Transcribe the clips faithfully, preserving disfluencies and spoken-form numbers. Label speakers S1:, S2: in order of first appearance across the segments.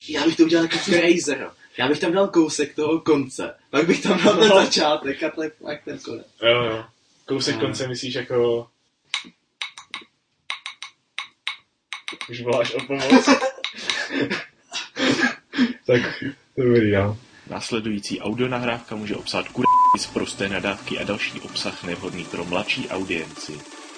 S1: Já bych to udělal jako Fraser. Já bych tam dal kousek toho konce. Pak bych tam dal ten začátek a to je fakt ten konec.
S2: Jo, jo. Kousek a... konce myslíš jako... Už voláš o pomoc. Tak, dobrý, jo.
S3: Následující audionahrávka může obsahovat kurý z prosté nadávky a další obsah nevhodný pro mladší audienci.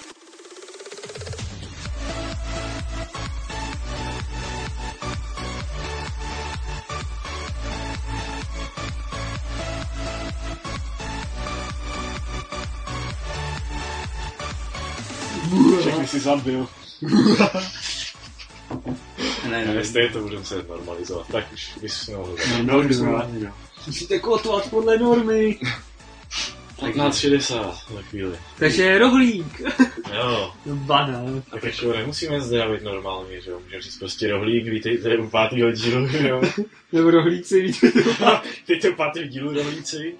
S2: Všechny si zabil.
S1: Ne, ne,
S2: ne, stejně to budeme se normalizovat. Tak už bys měl
S1: no, no, no. Musíte kotovat podle normy.
S2: patnáct šedesát za chvíli.
S1: Takže rohlík.
S2: Jo.
S1: Banán.
S2: Tak jako nemusíme zdravit normálně, že jo? Můžeme říct prostě rohlík, vítejte u pátýho dílu, jo?
S1: Nebo rohlíci,
S2: vítejte u pátýho dílu rohlíci.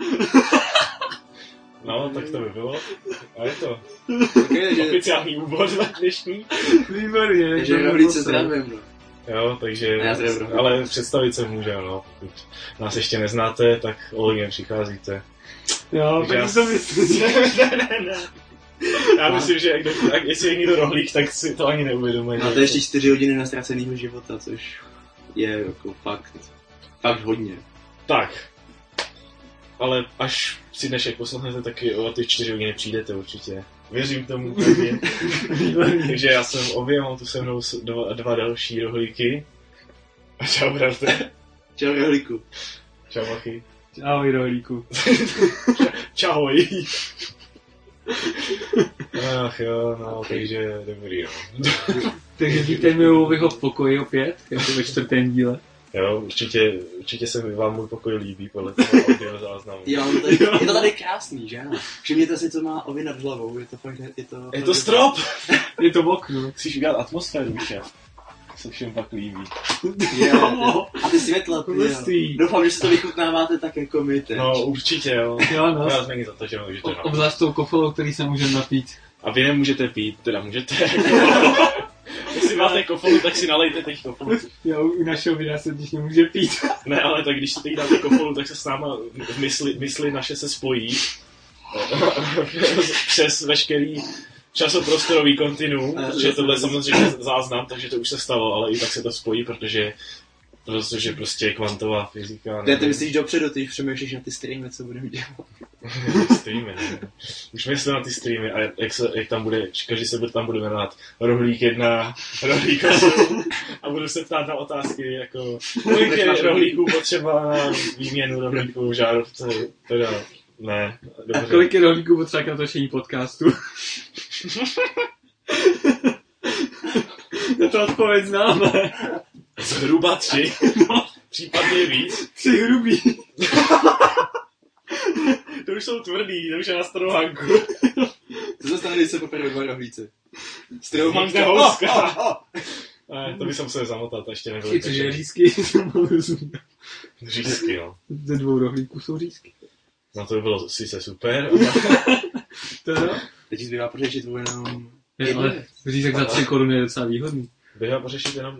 S2: No, tak to by bylo. A je to. Okay, oficiální úvod na dnešní.
S1: Výborně. Takže rohlíci zdravím, no.
S2: Jo, takže, ale představit se může, no. Pokud nás ještě neznáte, tak Oligem přicházíte.
S1: Jo, tak to myslím.
S2: ne, ne, ne. Já myslím, že jak, jak, jestli je někdo rohlík, tak si to ani neuvědomuje.
S1: Máte ještě čtyři hodiny nastracenýho života, což je jako fakt, fakt hodně.
S2: Tak. Ale až si dnešek poslechnete, taky o ty čtyři hodiny přijdete určitě. Věřím tomu pevně. Takže já jsem obě, mám tu se mnou dva, dva další rohlíky. A čau, brate.
S1: Čau, rohlíku.
S2: Čau, machy.
S1: Ahoj, rohlíku.
S2: Čahoj. Ach jo, no, takže dobrý, no.
S1: Takže vítejme u Vyho v pokoji opět, jako ve čtvrtém díle.
S2: Jo, určitě, určitě se vám můj pokoj líbí podle toho audio záznamu.
S1: Jo, to je, je to tady krásný, že ano? Všimněte si, co má Ovi nad hlavou, je to fakt, je to...
S2: Je to strop!
S1: Je to v oknu.
S2: Musíš udělat atmosféru, šéf. Se všem pak líbí.
S1: Je, a ty světla, ty doufám, že si to vychutnáváte tak jako my teď.
S2: No, určitě, jo.
S1: Jo, no.
S2: Já není za to, že můžete napít.
S1: Obzvlášť tou kofolou, který se můžeme napít.
S2: A vy nemůžete pít, teda můžete. Jestli máte kofolu, tak si nalejte teď kofolu.
S1: Jo, u našeho videa se když nemůže pít.
S2: Ne, ale tak když si teď dáte kofolu, tak se s náma mysli, mysli naše se spojí. Přes veškerý časoprostorový kontinuum, protože tohle je samozřejmě záznam, takže to už se stalo, ale i tak se to spojí, protože protože prostě kvantová fyzika.
S1: Ne, ty myslíš dopředu, ty přemýšlíš na ty streamy, co budeme dělat.
S2: Streamy, ne. Už myslím na ty streamy a jak, se, jak tam bude, každý se tam bude jmenovat Rohlík jedna, Rohlík osm a budu se ptát na otázky, jako kolik je rohlíků potřeba na výměnu rohlíků v žárovce, teda ne. Dobře.
S1: A kolik je rohlíků potřeba k natočení podcastu? Na to odpověď známe.
S2: Zhruba tři, no. Případně víc.
S1: Tři hrubý.
S2: To už jsou tvrdý, to už je na strouhanku.
S1: Co se stane, když se poprvé dva rohlíci?
S2: Strouhanka houska. Ne, to by jsem se zamotat, ještě nebyl.
S1: Cože řízky?
S2: Řízky, no.
S1: Ze dvou rohlíků jsou řízky.
S2: No to by bylo sice super.
S1: To jo? Teď jsi zbývá pořešit tvůj jenom... Ale řízek za tři koruny je docela výhodný.
S2: Zbývá pořešit jenom...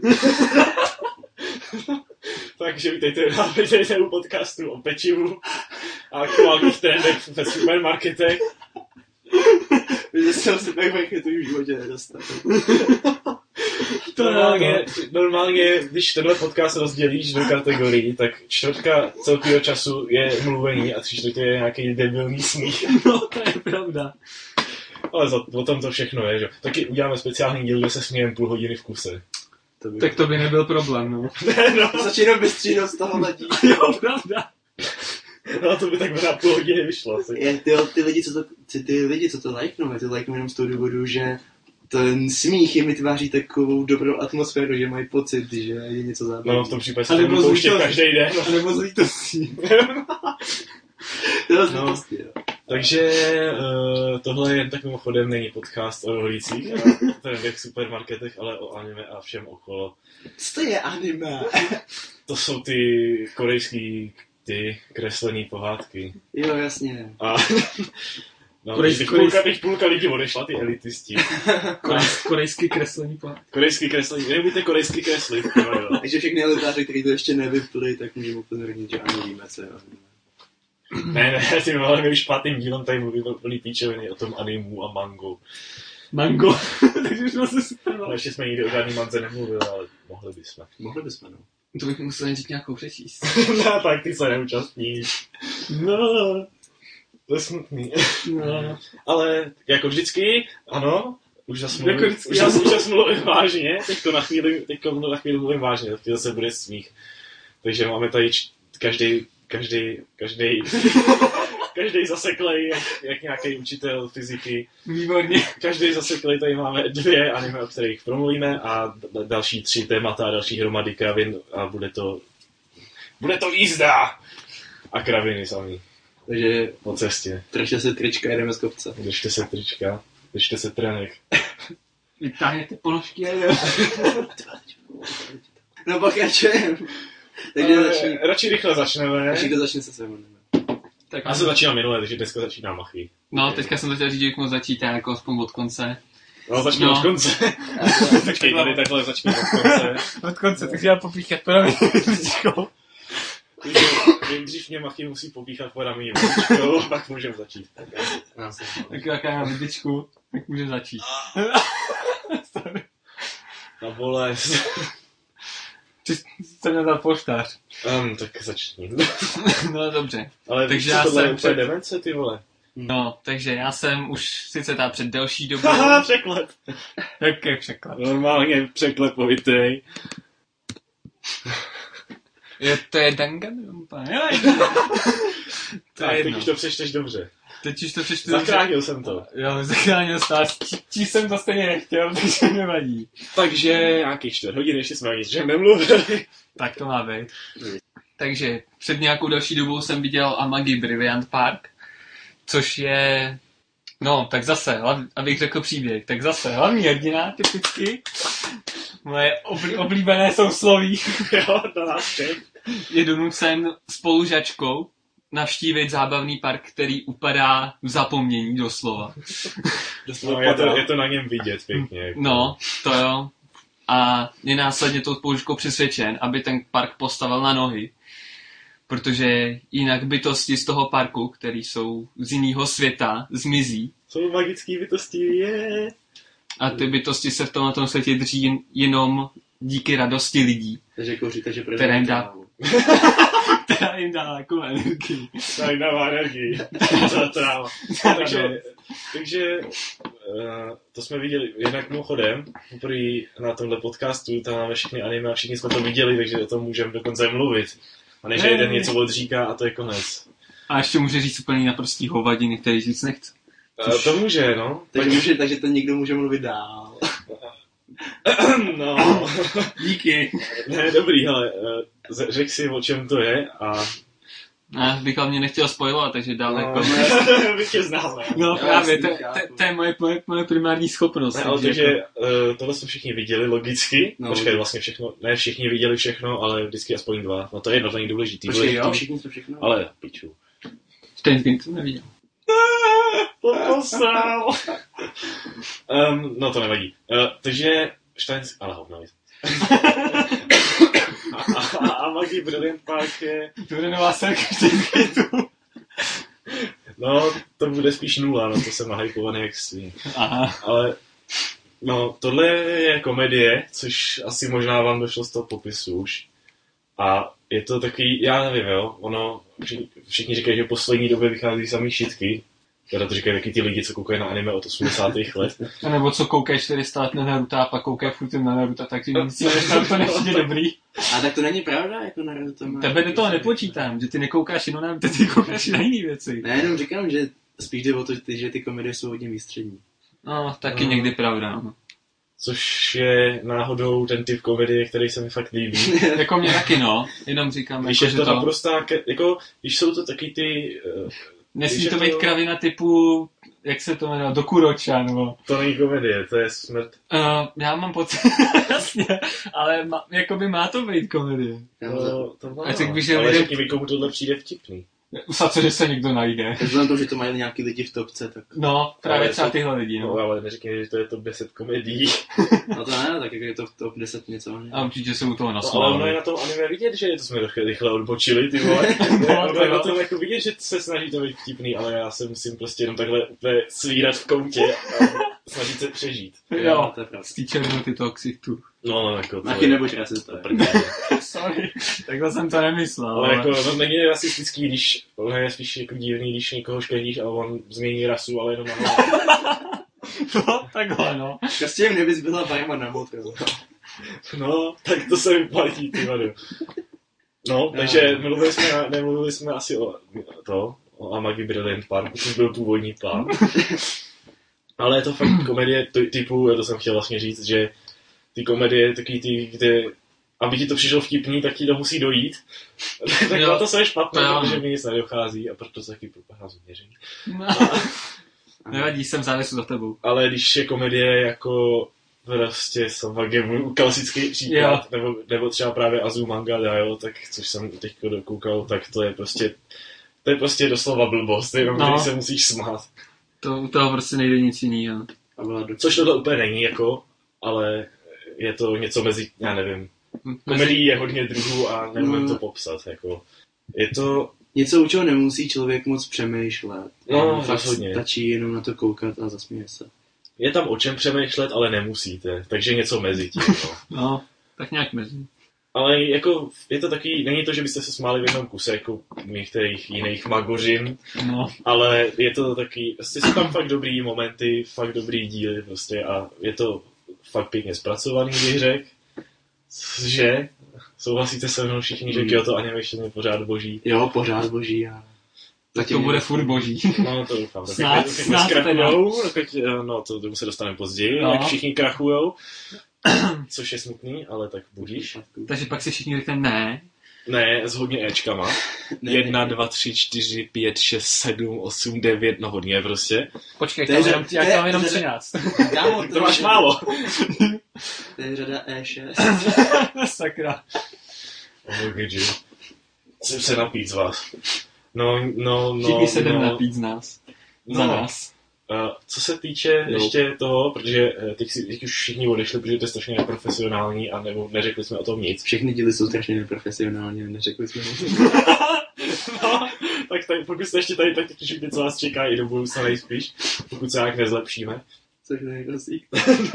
S2: Takže vítejte, vítejte u podcastu o pečivu a aktuálních trendech ve supermarketech.
S1: Vy jste se supermarketu v životě nedostal.
S2: Normálně, normálně, když tenhle podcast rozdělíš do kategorií, tak čtvrtka celkového času je mluvení a tři čtvrtě je nějaký debilní smích.
S1: No, to je pravda.
S2: Ale za, o tom to všechno je, že? Taky uděláme speciální díl, kde se smějeme půl hodiny v kuse.
S1: To by... Tak to by nebyl problém, no. Ne, no. Začíná bestříno z toho letí. Jo, pravda.
S2: No to by tak na půl hodiny vyšlo.
S1: Je, ty, ty, lidi, co to, ty, ty lidi, co to lajknou, ty lajknou jenom z toho důvodu, že ten smích jim vytváří takovou dobrou atmosféru, že mají pocit, že je něco zábavného.
S2: No v tom případě se to pouště každý den.
S1: A nebo z lítostí. To no.
S2: Takže uh, tohle je jen tak mimochodem není podcast o rohlících a trendech v supermarketech, ale o anime a všem okolo.
S1: Co to je anime?
S2: To jsou ty korejský ty kreslený pohádky.
S1: Jo, jasně.
S2: A No,
S4: Korejský-
S2: teď půlka, teď půlka lidí odešla, ty elitisti.
S4: Korejský, korejský kreslení pohádky.
S2: Korejský kreslení, neumíte korejský kreslit. No, jo.
S1: Takže všechny elitáři, kteří to ještě nevypli, tak můžeme upozornit, že ano, víme se.
S2: Ne, ne, ty vole, my už pátým dílem tady mluvíme plný píčoviny o tom animu a mangu.
S4: Mango. Takže už jsme se super.
S2: No, ještě jsme nikdy o žádný manze nemluvili, ale mohli bychom.
S1: Mohli bychom, no.
S4: To bych musel jen říct nějakou přečíst.
S2: No, tak ty se neúčastníš.
S4: No,
S2: To je smutný.
S4: no.
S2: Ale jako vždycky, ano, už zase
S4: Jako
S2: mluvím,
S4: vždycky,
S2: už zase, už zase mluvím vážně, teďko na chvíli, teďko na chvíli mluvím vážně, teď zase bude smích. Takže máme tady č- každý, každý, každý, každý zaseklej, jak, jak nějaký učitel fyziky.
S4: Výborně.
S2: Každý zaseklej tady máme dvě anime, o kterých promluvíme a d- další tři témata a další hromady kravin a bude to, bude to jízda! A kraviny sami.
S1: Takže
S2: Po cestě.
S1: držte se trička, jedeme z kopce.
S2: Držte se trička, držte se trenek.
S4: Vytáhněte ponožky a jdeme.
S1: No pokračujeme. Takže
S2: Ale
S1: začni.
S2: radši rychle začneme.
S1: Radši to začne se sebou.
S4: Tak,
S2: Já jsem začínal minule, takže dneska začíná Machy.
S4: no, teďka jsem to chtěl říct, že bych mohl začít já jako aspoň od konce.
S2: No, začni
S4: No.
S2: od konce. Počkej, tady takhle začni od konce.
S4: Od konce, takže já popíchat po rami vidličkou.
S2: Takže nejdřív mě Machy musí popíchat po ramí vidličkou, pak můžeme začít.
S4: Tak jaká já vidličku, tak můžeme začít. Sorry.
S2: Na bolest.
S4: Ty jsi mě dal poštář.
S2: Um, tak začni.
S4: No dobře.
S2: Ale
S4: Takže
S2: takže
S4: já
S2: tohle
S4: jsem
S2: je úplně
S4: před-
S2: demence, ty vole.
S4: No, takže já jsem už sice ta před delší dobou...
S2: Haha, překlep.
S4: Jaký překlad?
S2: Normálně překlepovitej.
S4: Je, to je Danganronpa, jo? To je
S2: Tak, teď
S4: jedno.
S2: už to přečteš dobře.
S4: Teď už to přečtu.
S2: Zachránil jsem to.
S4: Jo, zachránil stát. Čí jsem to stejně nechtěl, takže nevadí.
S2: Takže nějakých čtyři hodiny, ještě jsme o ničem nemluvili.
S4: Tak to má být. Takže před nějakou další dobou jsem viděl Amagi Brilliant Park, což je... No, tak zase, hlav- abych řekl příběh, tak zase hlavní hrdina, typicky, moje obli- oblíbené sousloví,
S2: Jo, to nás všech.
S4: je donucen spolužačkou navštívit zábavný park, který upadá v zapomnění doslova.
S2: No, je, to, je to na něm vidět pěkně. Jako.
S4: No, to jo. A je následně tou spolužkou přesvědčen, aby ten park postavil na nohy. Protože jinak bytosti z toho parku, který jsou z jiného světa, zmizí.
S2: Jsou magický bytosti, je.
S4: A ty bytosti se v tomhle světě drží jen- jenom díky radosti lidí,
S1: Takže kouříte, že
S4: Která jim dá- která jim dá jako energii.
S2: Tak dává energii. To tráva. takže, takže uh, to jsme viděli jednak mimochodem, poprvé na tomhle podcastu, tam máme všechny anime a všichni jsme to viděli, takže o tom můžeme dokonce mluvit. A než
S4: Ne.
S2: jeden něco odříká a to je konec.
S4: A ještě může říct úplně naprostý hovadiny, který říct nechce.
S2: Uh, to může, no.
S1: Takže, může, takže to někdo může mluvit dál.
S2: No.
S4: Díky.
S2: Ne, dobrý, hele, uh, řek si, o čem to je a...
S4: Já bych hlavně nechtěl spojovat, takže dál jako...
S2: No, bych tě znal, ne?
S4: No
S1: Já
S4: právě,
S1: jasně
S4: to,
S1: chápu.
S4: to, to je moje, moje, moje primární schopnost.
S2: Ne, ale takže uh, tohle jsme všichni viděli, logicky.
S1: No,
S2: Počkej, vlastně všechno, ne všichni viděli všechno, ale vždycky aspoň dva. No to je jedno, to není důležitý.
S1: Počkej,
S2: důležitý
S1: jo, všichni jsme všechno.
S2: ale piču.
S4: Ten film jsem neviděl.
S2: To posral. um, no to nevadí. Uh, takže Steins... Ale hovno. a, a, a Amagi Brilliant Park je...
S4: To bude nová série Štěnkytu.
S2: No, to bude spíš nula, no to jsem nahypovaný jak svý.
S4: Aha.
S2: Ale no, tohle je komedie, což asi možná vám došlo z toho popisu už. A je to takový, já nevím, jo, ono, všichni, všichni říkají, že v poslední době vychází samý šitky. Teda to říkají taky ty lidi, co koukají na anime od osmdesátých let.
S4: A nebo co koukají čtyři sta let na Naruto a pak koukají furt jen na Naruto, takže nic si než Naruto nepřijde dobrý.
S1: A tak to není pravda, jako na to má...
S4: Tebe do toho nepočítám, že ty nekoukáš jenom na Naruto, ty koukáš na jiný věci.
S1: Ne, jenom říkám, že spíš jde o to, že ty komedie jsou hodně výstřední.
S4: No, taky
S2: No.
S4: někdy pravda, no.
S2: Což je náhodou ten typ komedie, který se mi fakt líbí.
S4: Jako mě taky, no. Jenom říkám,
S2: Když
S4: jako,
S2: je
S4: že
S2: to
S4: to...
S2: naprostá, ke- jako, když jsou to taky ty, uh,
S4: Nesmí
S2: když
S4: to
S2: je
S4: být
S2: to-
S4: kravina typu, jak se to jmenuje, Dokuroča, nebo...
S2: to není komedie, to je smrt.
S4: Uh, já mám pocit, jasně, ale má, jakoby má to být komedie.
S1: Já
S2: No, to má.
S4: A řekl bych, že
S2: Ale
S4: lidem-
S2: řekni mi, komu tohle přijde vtipný.
S4: Snad co, že se někdo najde.
S1: Tak vzhledem to, že to mají nějaký lidi v topce, tak...
S4: No, právě
S2: Ale
S4: třeba
S2: to-
S4: tyhle lidi,
S2: No,
S4: no.
S2: ale neříkej, že to je top deset komedií.
S1: No to ne, tak jako je to v top deset něco. Ne?
S4: A určitě se u toho
S2: No, ale ono je
S4: nasmál.
S2: na tom anime vidět, že to jsme rychle, rychle odbočili, ty vole.
S4: No,
S2: Ono
S4: to
S2: je na
S4: jo.
S2: tom jako vidět, že se snaží to být vtipný, ale já se musím prostě jenom takhle úplně svírat v koutě a snažit se přežít.
S4: Jo,
S1: to je pravda.
S4: z té černoty toxitu.
S2: No, no, jako to
S1: Machy
S2: je...
S1: nebuď rasista.
S2: prdel.
S4: Sorry, takhle jsem to nemyslel.
S2: Ale jako, no, není rasistický, když, ono je spíš jako divný, když někoho škahdíš a on změní rasu, ale jenom na hlavu.
S4: No, takhle, no.
S1: Prostě jim nebys byla bajma na motel.
S2: No, tak to se vyplatí, ty vado. No, takže mluvili jsme, nemluvili jsme asi o to, o Amagi Brilliant Park, což byl původní plán. Ale je to fakt komedie ty- typu, to jsem chtěl vlastně říct, že ty komedie takový ty, kde, aby ti to přišlo vtipný, tak ti to musí dojít. Tak
S4: Jo.
S2: na to se je špatné,
S4: No.
S2: protože mi nic nedochází a proto se taky propahám změřím.
S4: No. Nevadí, jsem závisu za tebou.
S2: Ale když je komedie jako prostě Samagemu, klasický příklad, nebo, nebo třeba právě Azumanga Daioh, tak což jsem teď dokoukal, tak to je prostě to je prostě doslova blbost, jenom
S4: No.
S2: který se musíš smát.
S4: To, u toho prostě nejde nic jiného.
S1: A byla do...
S2: Což tohle úplně není, jako, ale je to něco mezi, já nevím,
S4: Mezi...
S2: komedii je hodně druhů a nemůžu
S1: No.
S2: to popsat, jako. Je to,
S1: Něco, u čeho nemusí člověk moc přemýšlet.
S2: No,
S1: Fakt
S2: rozhodně.
S1: stačí jenom na to koukat a zasměje se.
S2: je tam o čem přemýšlet, ale nemusíte, takže něco mezi tím, no.
S4: No, tak nějak mezi.
S2: Ale jako je to taky, není to, že byste se smáli v jednom kuse, jako u některých jiných magořin,
S4: No,
S2: ale je to taky, prostě jsou tam fakt dobrý momenty, fakt dobrý díly prostě a je to fakt pěkně zpracovaný, bych řekl, že souhlasíte se mnou všichni, že
S1: Mm.
S2: Kyoto Animation je pořád boží.
S1: Jo, pořád boží. A...
S4: tak to bude furt boží.
S2: No to doufám, dokud,
S4: Snad-
S2: dokud
S4: snad
S2: neskrachujou, dokud, no to, tomu se dostaneme později,
S4: No.
S2: jak všichni krachujou, což je smutný, ale tak budíš.
S4: Takže pak si všichni řekne ne.
S2: Ne, s hodně Ečkama.
S1: Ne,
S2: Jedna,
S1: ne.
S2: dva, tři, čtyři, pět, šest, sedm, osm, devět, no hodně prostě.
S4: Počkej,
S1: To
S4: já
S1: je
S4: mám
S1: řada-
S4: jenom, já
S1: to je
S4: mám jenom
S1: řada-
S4: třináct.
S1: Kámo,
S2: To máš málo.
S1: To je řada E šest.
S4: Sakra.
S2: Oh, gidži. Jsem se napít z vás. No, no, no.
S4: Všichni se jdem
S2: no,
S4: napít z nás. Za
S2: no.
S4: nás.
S2: Uh, co se týče
S1: No.
S2: ještě toho, protože uh, teď, si, teď už všichni odešli, protože to je strašně neprofesionální a nebo neřekli jsme o tom nic.
S1: Všechny díly jsou strašně neprofesionální, neřekli jsme nic.
S2: No, tak tady, pokud jste ještě tady, tak teď už co vás čeká i do budoucna nejspíš, pokud se nějak nezlepšíme.
S1: Což nehrozí.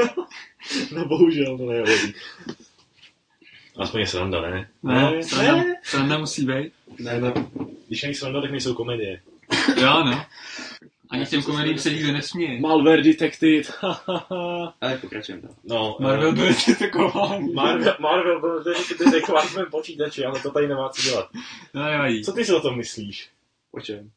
S2: No bohužel, to nehodí. Aspoň je sranda, ne?
S4: Ne, sranda, sranda musí být.
S1: Ne, ne.
S2: Když není sranda, tak nejsou komedie.
S4: Jo, no. Ani těm komedím se nikdo nesměje.
S2: Malware Detected.
S1: Ale pokračujeme dál.
S2: No,
S4: Marvel
S2: eh,
S4: byl detekován.
S2: Marvel, Marvel byl detekován v mém počítači, ale to tady nemá co dělat.
S4: No, nevadí.
S2: Co ty si o tom myslíš?
S1: O čem?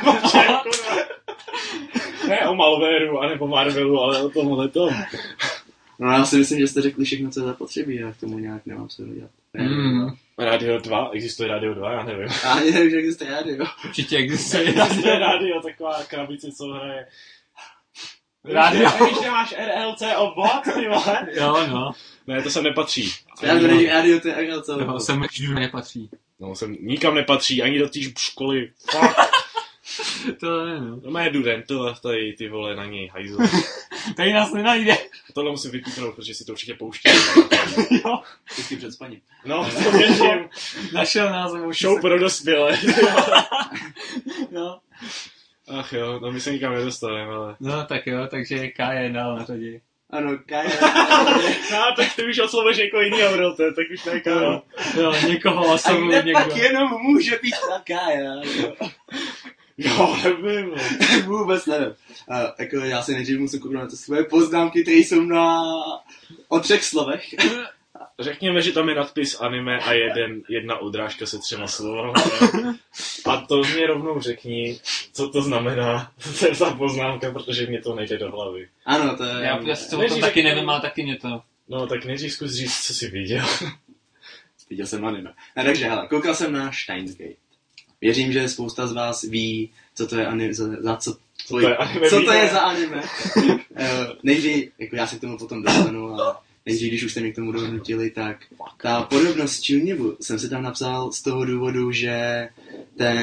S2: Ne o Malwareu, anebo Marvelu, ale o tomhle tom.
S1: No já si myslím, že jste řekli všechno, co je zapotřebí, já k tomu nějak nemám co dodělat.
S4: Mm,
S2: Radio dva, existuje Radio dva, já nevím.
S1: A ani nevím, že existuje rádio.
S4: určitě existuje.
S2: Existuje Radio, taková krabice, co hraje.
S4: Rádio.
S2: Víš, že máš R L C obvod, ty vole?
S4: Jo, no.
S2: Ne, to sem nepatří.
S1: Já to není rádio, to je Angel co.
S4: Jo, sem už nepatří.
S2: No, sem nikam nepatří, ani do té školy. Fakt.
S4: To je, no.
S2: No mé Duden, to tady ty vole na něj hajzl.
S4: Tady nás nenajde.
S2: Tohle musím vypíknout, protože si to určitě pouští.
S4: Jo.
S1: Vždycky před spaním.
S2: No, to věřím.
S4: Našel nás.
S2: Show pro dospělé.
S4: No.
S2: Ach jo, no my se nikam nedostaneme, ale...
S4: No, tak jo, takže K je dál na řadě.
S1: Ano, Kaja.
S2: No, tak ty už oslovuješ jako jiný Aurote, tak už ne Kájo.
S4: Jo, někoho
S1: A
S4: oslovu
S1: kde
S4: někdo.
S1: pak jenom může být ta Kaja? jo?
S2: Jo, nevím, no.
S1: Vůbec nevím. Uh, jako já si nejdřív musím kouknout na ty svoje poznámky, které jsou na... o třech slovech.
S2: Řekněme, že tam je nadpis anime a jeden, jedna odrážka se třema slovami. A to mě rovnou řekni, co to znamená, to je ta poznámka, protože mě to nejde do hlavy.
S1: Ano, to je...
S4: Já prostě to
S2: Nejdřív
S4: taky
S2: řekni-
S4: nevím, ale taky mě to.
S2: No tak nejdřív zkus říct, co jsi viděl.
S1: Viděl jsem anime. No, takže hele, koukal jsem na Steins Gate. Věřím, že spousta z vás ví, co to je anime, za, za co...
S2: Co to je anime?
S1: Co to
S2: víme?
S1: je za anime? uh, nejdřív, jako já se k tomu potom dostanu, ale nejdřív, když už jste mě k tomu donutili, tak ta podobnost Chunibou jsem si tam napsal z toho důvodu, že ten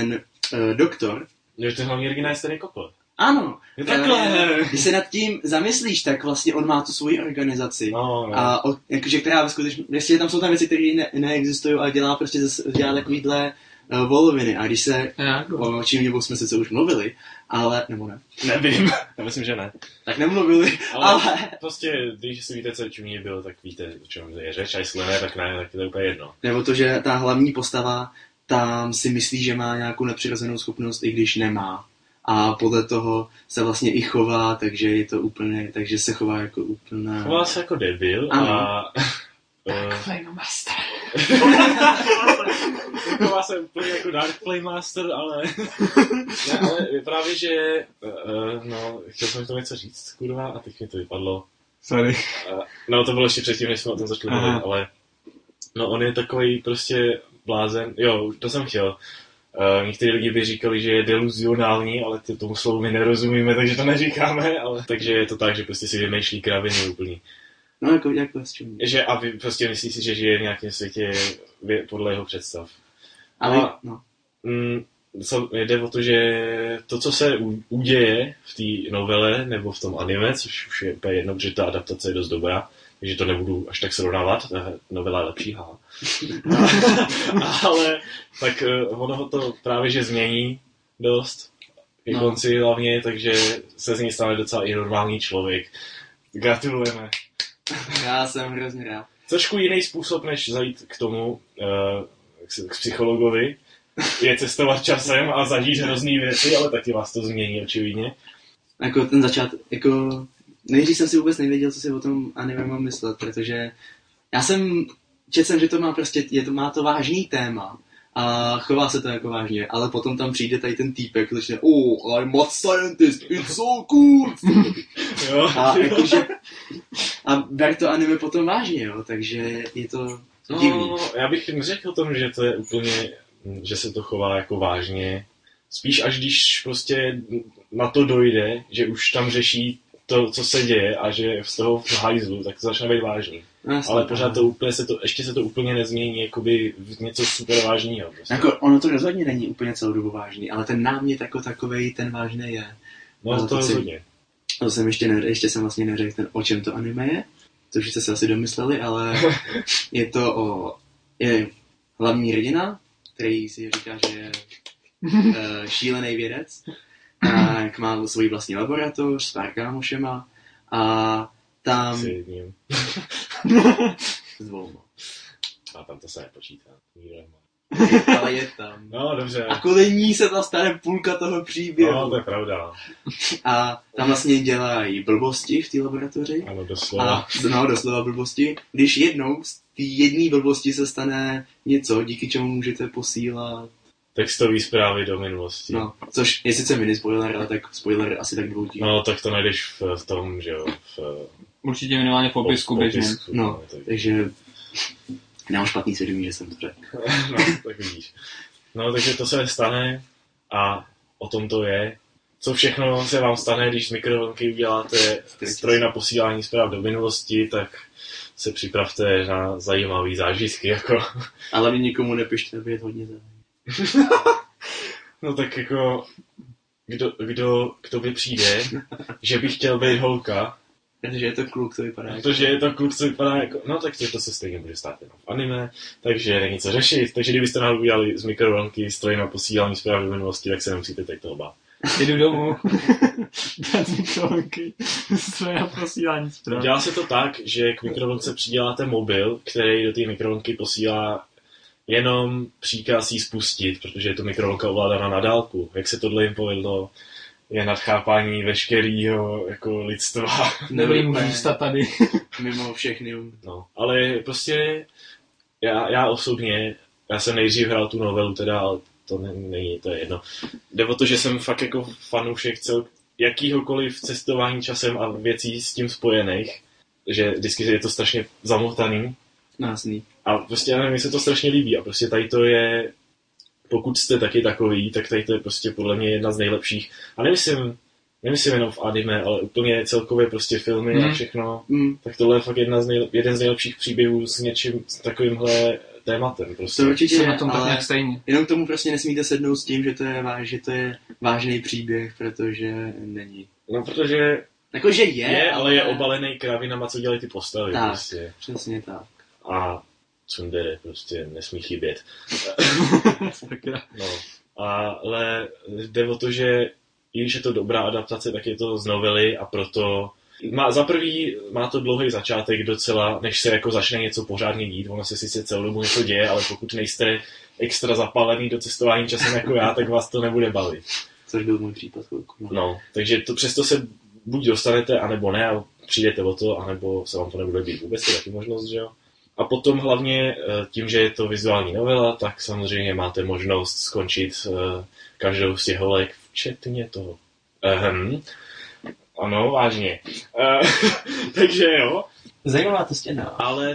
S1: uh, doktor.
S2: Jo, ten hlavní hrdina je Stanley Kopl.
S1: Ano.
S2: Je takhle.
S1: Uh, když se nad tím zamyslíš, tak vlastně on má tu svoji organizaci.
S2: No, no.
S1: A o, jakože, která ve skutečnosti, vlastně tam jsou tam věci, které ne, neexistují a dělá prostě zase, dělá takovýhle uh, voloviny. A když se,
S4: jako.
S1: o čím nebo jsme sice už mluvili, ale, nebo ne.
S2: Nevím, já myslím, že ne.
S1: Tak nemluvili,
S2: Ale,
S1: ale...
S2: prostě, když si víte, co čím mě bylo, tak víte, o čem je řeč, a jestli ne, tak ne, tak je to úplně jedno.
S1: Nebo to, že ta hlavní postava tam si myslí, že má nějakou nepřirozenou schopnost, i když nemá. A podle toho se vlastně i chová, takže je to úplně, takže se chová jako úplná...
S2: Chová se jako debil
S1: ano.
S2: a...
S4: Dark Playmaster.
S2: Chová se úplně jako Dark Playmaster, ale... ne, ale právě, že... Uh, no, chtěl jsem to něco říct, kurva, a teď mi to vypadlo.
S4: Sorry.
S2: Uh, no, to bylo ještě předtím, než jsme o tom začali mluvit, ale... No, on je takový prostě blázen. Jo, to jsem chtěl. Uh, někteří lidi by říkali, že je deluzionální, ale ty tomu slovu my nerozumíme, takže to neříkáme, ale takže je to tak, že prostě si vymýšlí kraviny úplně.
S1: No jako, jako s čím?
S2: Že a vy prostě myslí si, že žije v nějakém světě podle jeho představ.
S1: Ale,
S2: a,
S1: no.
S2: Mm, co, jde o to, že to, co se uděje v té novele nebo v tom anime, což už je úplně jedno, že ta adaptace je dost dobrá, takže to nebudu až tak srovnávat, ta novela je lepší, ha. Ale tak ono to právě, že změní dost ke konci no. hlavně, takže se z ní stane docela i normální člověk. Gratulujeme.
S1: Já jsem hrozně rád.
S2: Trošku jiný způsob, než zajít k tomu, uh, k psychologovi, je cestovat časem a zažít hrozný věci, ale taky vás to změní, očividně.
S1: Jako ten začátek, jako... Nejdřív jsem si vůbec nevěděl, co si o tom anime mám myslet, protože já jsem, četl jsem, že to má prostě, je to, má to vážný téma a chová se to jako vážně, ale potom tam přijde tady ten týpek, začne, oh, I'm mad scientist, it's so cool!
S2: Jo.
S1: A jakože, a ber to anime potom vážně, jo, takže je to divný.
S2: No, já bych neřekl tomu, že to je úplně, že se to chová jako vážně. Spíš až když prostě na to dojde, že už tam řeší to, co se děje a že z toho v hajzlu, tak to začne být vážný.
S1: No,
S2: ale pořád to úplně se to, ještě se to úplně nezmění jakoby v něco super vážného. Prostě.
S1: Jako, ono to rozhodně není úplně celou dobu vážný, ale ten námět jako takovej, ten vážný je.
S2: No to, to rozhodně.
S1: To jsem ještě, ne, ještě jsem vlastně neřekl, ten, o čem to anime je, což jste se asi domysleli, ale je to o je hlavní hrdina, který si říká, že je uh, šílený vědec, tak má svoji vlastní laboratoř s pár kámošema a tam...
S2: S jedním.
S1: S dvouma.
S2: A tam to se nepočítá.
S1: Ale je tam.
S2: No, dobře.
S1: A kvůli ní se tam stane půlka toho příběhu.
S2: No, to je pravda.
S1: A tam vlastně dělají blbosti v té laboratoři.
S2: Ano, doslova.
S1: A, no, doslova blbosti. Když jednou z té jedné blbosti se stane něco, díky čemu můžete posílat
S2: textové zprávy do minulosti.
S1: No, což je sice mini spoiler, ale tak spoiler asi tak dvou díl.
S2: No, tak to najdeš v, v tom, že jo, v...
S4: Určitě minimálně v popisku běžně.
S1: No, no tak... takže nemám špatný svědomí, že jsem to řekl.
S2: No, tak vidíš. No, takže to se stane a o tom to je. Co všechno se vám stane, když z mikrovlnky uděláte stroj na posílání zpráv do minulosti, tak se připravte na zajímavý zážitky, jako...
S1: Ale mi nikomu nepište, aby je to hodně zajímavé.
S2: No tak jako, kdo, kdo k tobě přijde, že by chtěl být holka,
S1: protože je to kluk, co vypadá jako...
S2: Protože je to kluk, co vypadá jako... No tak to, to se stejně bude stát jenom v anime, takže není co řešit. Takže kdybyste nám udělali z mikrovlnky stroj na posílání zpráv do minulosti, tak se nemusíte teď toho bát.
S4: Jdu domů. Dát mikrovlnky, stroj na posílání zpráv.
S2: Dělá se to tak, že k mikrovlnce přiděláte mobil, který do té mikrovlnky posílá jenom příkaz jí spustit, protože je to mikrovlnka ovládaná na dálku. Jak se tohle jim povedlo, je nadchápání veškerýho jako lidstva.
S4: Dobrý můžu zůstat tady.
S1: Mimo všechny.
S2: No, ale prostě já, já osobně, já jsem nejdřív hrál tu novelu teda, ale to není, to je jedno. Jde o to, že jsem fakt jako fanoušek cel jakýhokoliv cestování časem a věcí s tím spojených, že vždycky je to strašně zamotaný.
S1: Násný.
S2: A prostě, já nevím, mi se to strašně líbí a prostě tady to je, pokud jste taky takový, tak tady to je prostě podle mě jedna z nejlepších. A nemyslím, nemyslím jenom v anime, ale úplně celkově prostě filmy mm. a všechno. Mm. Tak tohle je fakt jedna z nejlep, jeden z nejlepších příběhů s něčím s takovýmhle tématem. Prostě.
S1: To určitě
S4: Jsem
S1: je,
S4: na tom tak
S1: ale
S4: nějak stejně.
S1: jenom k tomu prostě nesmíte sednout s tím, že to je, váž, že to je vážný příběh, protože není.
S2: No, protože
S1: Jakože je,
S2: je, ale je obalený kravinama, co dělají ty postavy.
S1: Tak,
S2: Prostě.
S1: přesně tak.
S2: A tsundere prostě nesmí chybět. No, ale jde o to, že i když je to dobrá adaptace, tak je to z novely a proto má, za prvý má to dlouhý začátek docela, než se jako začne něco pořádně dít. Ono se sice celou dobu něco děje, ale pokud nejste extra zapálený do cestování časem jako já, tak vás to nebude bavit.
S1: Což byl můj případ chvilku. No.
S2: No, takže to přesto se buď dostanete, anebo ne, a přijdete o to, anebo se vám to nebude být vůbec, to je taky možnost, že jo. A potom hlavně tím, že je to vizuální novela, tak samozřejmě máte možnost skončit každou z těch holek, včetně toho. Ehm, ano, vážně. Uh, takže jo.
S1: Zajímavá to stěna.
S2: Ale...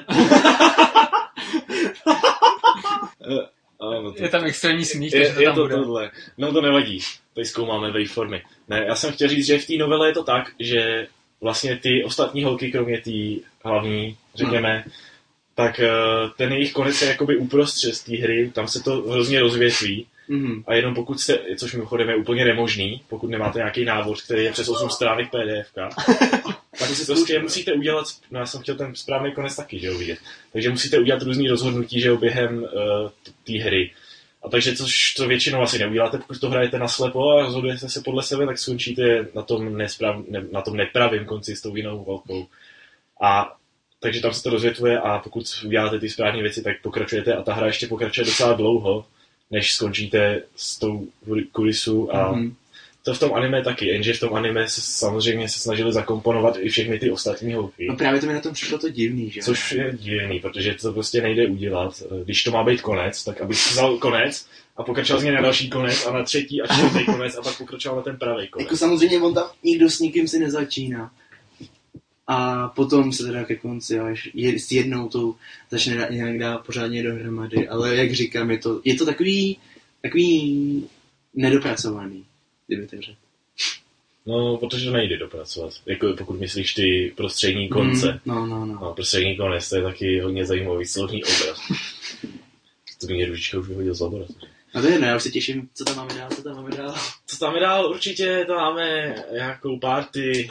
S2: uh, ano, to...
S4: Je tam extrémní smích,
S2: je,
S4: takže to
S2: je
S4: tam
S2: to
S4: bude.
S2: tohle. No to nevadí. Tady zkoumáme waveformy. Ne, já jsem chtěl říct, že v té novele je to tak, že vlastně ty ostatní holky, kromě té hlavní, řekněme, hmm. tak uh, ten jejich konec je jakoby uprostřed z té hry, tam se to hrozně rozvětví. Mm-hmm. A jenom pokud jste, což mimochodem je úplně nemožný, pokud nemáte nějaký návod, který je přes osm stránek P D F ka, tak si prostě musíte udělat, no já jsem chtěl ten správný konec taky, že jo, vidět. Takže musíte udělat různý rozhodnutí, že jo, během uh, té hry. A takže což to většinou asi neuděláte, pokud to hrajete naslepo a rozhodujete se podle sebe, tak skončíte na tom, nesprav, ne, na tom nepravým konci s tou jinou velkou. A takže tam se to rozvětvuje a pokud uděláte ty správné věci, tak pokračujete a ta hra ještě pokračuje docela dlouho, než skončíte s tou Kurisu a mm-hmm. to v tom anime taky, jenže v tom anime se samozřejmě se snažili zakomponovat i všechny ty ostatní holky.
S1: No právě to mi na tom přišlo to divný, že?
S2: Což je divný, protože to prostě nejde udělat. Když to má být konec, tak abych vzal konec a pokračoval z něj na další konec a na třetí a čtvrtý konec a pak pokračoval na ten pravý konec.
S1: Jako samozřejmě on tam nikdo s nikým si nezačíná. A potom se teda ke konci, až je, s jednou tou začne nějak dát pořádně dohromady, ale jak říkám, je to, je to takový, takový nedopracovaný, kdyby tak řekl.
S2: No, protože to nejde dopracovat, jako pokud myslíš ty prostřední konce.
S1: Mm, no, no, no.
S2: no. Prostřední konec, to je taky hodně zajímavý slovní obraz. To mě Ružička už vyhodil z laboratoře.
S1: No to je jedno, já už se těším, co tam máme dál, co tam máme dál.
S2: Co tam je dál? Určitě tam máme nějakou party.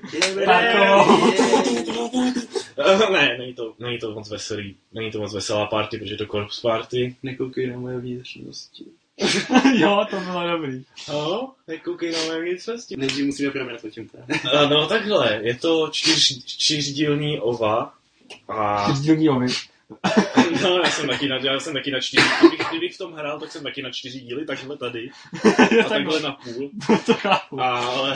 S2: ne, není to, není to moc veselý, není to moc veselá party, protože je to corpse party.
S1: Nekoukej na moje vnitřnosti.
S4: Jo, to bylo dobrý.
S2: No, nekoukej na moje vnitřnosti.
S1: Nejdřív musíme probrat o čem to je.
S2: No takhle, je to čtyř, čtyřdílný ova. A...
S4: Čtyřdílný ovy.
S2: No, já jsem taky na, já jsem taky na čtyři. Kdybych, kdybych v tom hrál, tak jsem taky na čtyři díly, takhle tady. A takhle na půl.
S4: To chápu.
S2: Ale...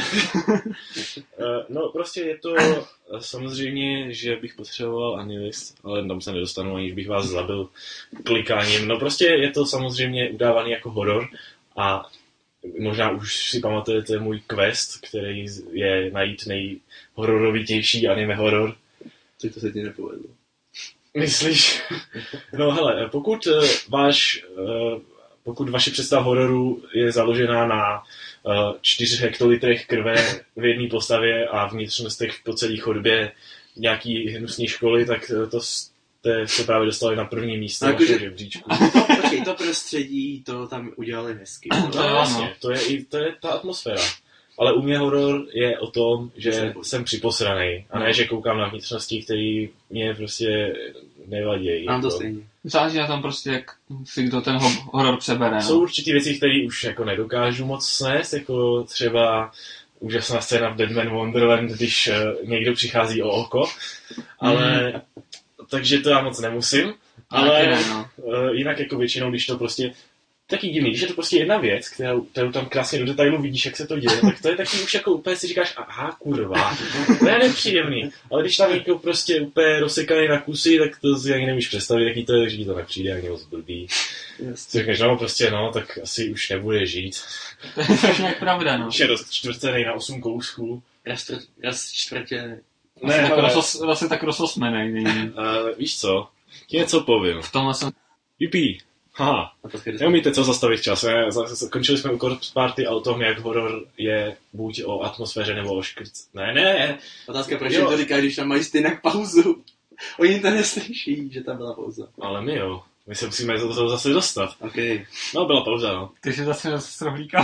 S2: No, prostě je to samozřejmě, že bych potřeboval Anilist, ale tam se nedostanu, aniž bych vás zabil klikáním. No prostě je to samozřejmě udávaný jako horor a možná už si pamatujete můj quest, který je najít nejhororovitější anime horor.
S1: Tak to se ti nepovedlo.
S2: Myslíš? No hele, pokud váš, pokud vaše představa hororu je založená na čtyři hektolitrech krve v jedné postavě a vnitřnostech po celé chodbě nějaký hnusný školy, tak to jste se právě dostali na první místo
S1: no,
S2: vašeho žebříčku.
S1: Počkej, to prostředí, to tam udělali hezky.
S2: No, no vlastně, to je, i, to je ta atmosféra. Ale u mě horor je o tom, že jsem připosranej. A ne, že koukám na vnitřnosti, které mě prostě nevadí.
S1: Mám to jako. Stejně.
S4: Záleží na tom prostě, jak si kdo ten horor přebere. No.
S2: Jsou určitě věci, které už jako nedokážu moc snést, jako třeba úžasná scéna v Dead Man Wonderland, když uh, někdo přichází o oko. Ale, mm. takže to já moc nemusím. Ale
S4: ne, no.
S2: uh, jinak jako většinou, když to prostě taky divný, když je to prostě jedna věc, kterou, kterou tam krásně do detailu vidíš, jak se to děje, tak to je taky už jako úplně si říkáš, aha, kurva, to je nepříjemný. Ale když tam jako prostě úplně rozsekaný na kusy, tak to si ani nemůžeš představit, jaký to je, takže ti to nepřijde, ani moc blbý. Si říkáš, no prostě no, tak asi už nebude žít.
S4: To je tak nějak pravda, no.
S2: Když je rozčtvrcený na osm kousků.
S1: Raz čtvrtě.
S2: Ne,
S4: vlastně tak rozosmenej.
S2: Uh, víš co, ti něco povím.
S4: V tomhle jsem...
S2: Jupí. Haha, neumíte co zastavit čas. Končili jsme u Corpse Party a o tom, jak horor je buď o atmosféře nebo o škrc. Ne, ne.
S1: Otázka, proč jim to říká, když tam mají stejnak pauzu. Oni to neslyší, že tam byla pauza.
S2: Ale my jo. My se musíme do toho zase dostat.
S1: Okay.
S2: No, byla pauza, no.
S4: Takže zase z rohlíka.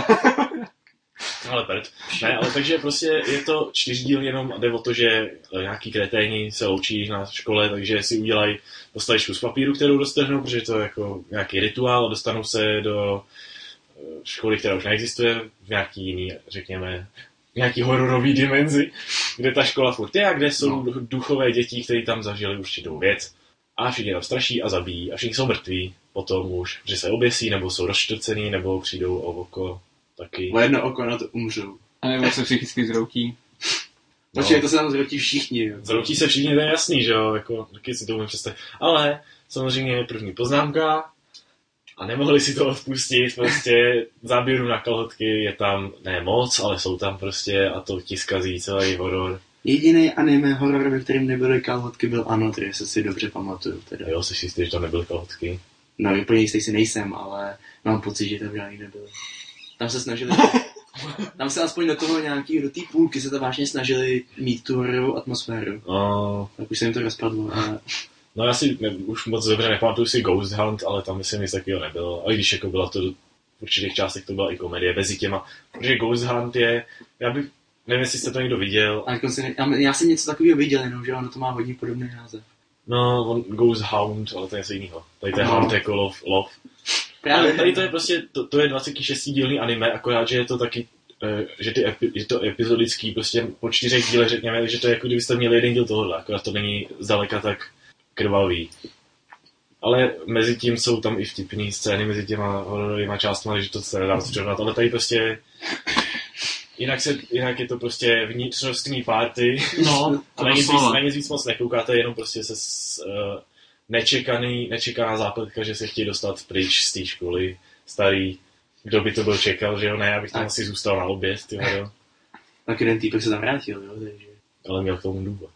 S2: Ale prd. Ne, ale takže prostě je to čtyřdíl jenom a jde o to, že nějaký kreténi se loučí na škole, takže si udělají, dostají kus papíru, kterou dostrhnou, protože to je jako nějaký rituál a dostanou se do školy, která už neexistuje, v nějaký jiný, řekněme, nějaký hororový dimenzi, kde ta škola furt je a kde jsou no. duchové děti, kteří tam zažili určitou věc a všichni tam straší a zabíjí a všichni jsou mrtví potom už, že se oběsí, nebo jsou rozštrcený, nebo přijdou o oko taky.
S1: O jedno oko na to umřou.
S4: A nebo se psychicky zroutí.
S1: No. Počkej, to se tam zroutí všichni. Jo.
S2: Zroutí se všichni, to je jasný, že jo, jako, taky si to umím představit. Ale samozřejmě je první poznámka a nemohli si to odpustit, prostě záběru na kalhotky je tam ne moc, ale jsou tam prostě a to ti zkazí celý horor.
S1: Jediný anime horor, ve kterém nebyly kalhotky, byl Another, jestli si dobře pamatuju. Teda.
S2: Jo, jsi si jistý, že tam nebyly kalhotky?
S1: No, úplně jistý si nejsem, ale mám pocit, že tam žádný nebyly. Tam se snažili... Tam se aspoň do toho nějaký, do té půlky se to vážně snažili mít tu hororovou atmosféru.
S2: No.
S1: Tak už se jim to rozpadlo, ale...
S2: No já si ne, už moc dobře nepamatuju si Ghost Hunt, ale tam myslím nic takového nebylo. Ale když jako byla to v určitých částech to byla i komedie mezi těma. Protože Ghost Hunt je, já bych, nevím, jestli jste to někdo viděl.
S1: A jako si ne, já jsem něco takového viděl, jenom že ono to má hodně podobný název.
S2: No, on Ghost Hound, ale to je něco jiného. Tady to je
S1: no.
S2: Hunt jako love. love. Právě tady to je prostě, to, to je dvacet šest dílný anime, akorát, že je to taky, že ty epi, je to epizodický, prostě po čtyřech dílech řekněme, že to je jako kdybyste měli jeden díl tohohle, akorát to není zdaleka tak krvavý. Ale mezi tím jsou tam i vtipný scény mezi těma hororovýma částma, takže to se nedá srovnat, ale tady prostě jinak, se, jinak je to prostě vnitřnostní party.
S4: No,
S2: a na nic, víc, na nic víc moc nekoukáte, jenom prostě se s, uh, nečekaný, nečekaná zápletka, že se chtějí dostat pryč z té školy starý. Kdo by to byl čekal, že jo? Ne, já bych tam asi zůstal na oběd, ty jo.
S1: Tak jeden týpek se tam vrátil, jo, takže...
S2: Ale měl k tomu důvod.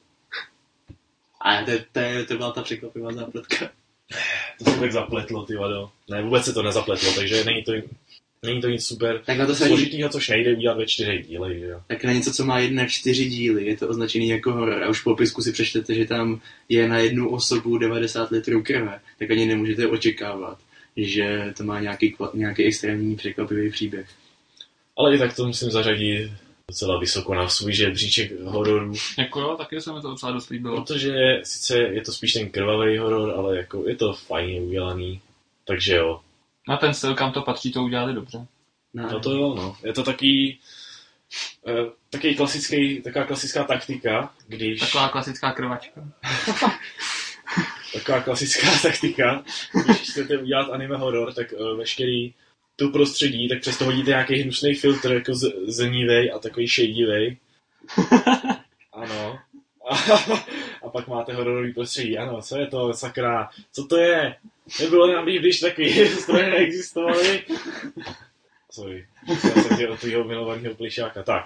S1: A to, to, to byla ta překvapivá zápletka.
S2: To se tak zapletlo, ty vado. Ne, vůbec se to nezapletlo, takže není to, není to nic super
S1: tak na to
S2: složitýho, což nejde udělat ve čtyřech dílech, že jo.
S1: Tak na něco, co má jedna čtyři díly, je to označený jako horor. A už v popisku si přečtete, že tam je na jednu osobu devadesát litrů krve, tak ani nemůžete očekávat, že to má nějaký, nějaký extrémní překvapivý příběh.
S2: Ale i tak to musím zařadit docela vysoko na svůj žebříček hororů.
S4: Jako jo, taky se mi to docela dost líbilo.
S2: Protože sice je to spíš ten krvavý horor, ale jako je to fajně udělaný. Takže jo.
S4: Na ten styl, kam to patří, to udělali dobře.
S2: No, no to jo, no. Je to taký, uh, taký klasický, taková klasická taktika, když...
S4: Taková klasická krvačka.
S2: Taková klasická taktika, když chcete udělat anime horor, tak uh, veškerý tu prostředí, tak přesto hodíte nějaký hnusný filtr, jako z, zrnivej a takový šedivej. Ano. A, a pak máte hororový prostředí. Ano, co je to, sakra? Co to je? Nebylo nám líp, když takový stroje neexistovaly? Sorry. Já jsem dělal tvýho milovaného plišáka. Tak.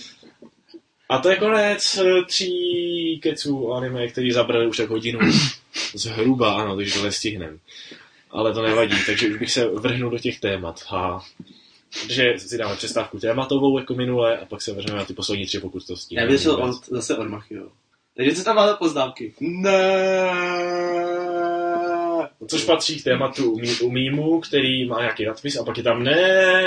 S2: A to je konec tří keců anime, který zabrali už tak hodinu. Zhruba, ano, takže to nestihnem. Ale to nevadí, takže už bych se vrhnul do těch témat. Ha. Takže si dáme přestávku tématovou jako minule a pak se vrhneme na ty poslední tři, pokud to stihneme.
S1: Já bych šel od, zase od Machio. Takže co tam máte poznámky? Ne.
S2: Což patří k tématu u, mí, u mýmu, který má nějaký nadpis a pak je tam ne.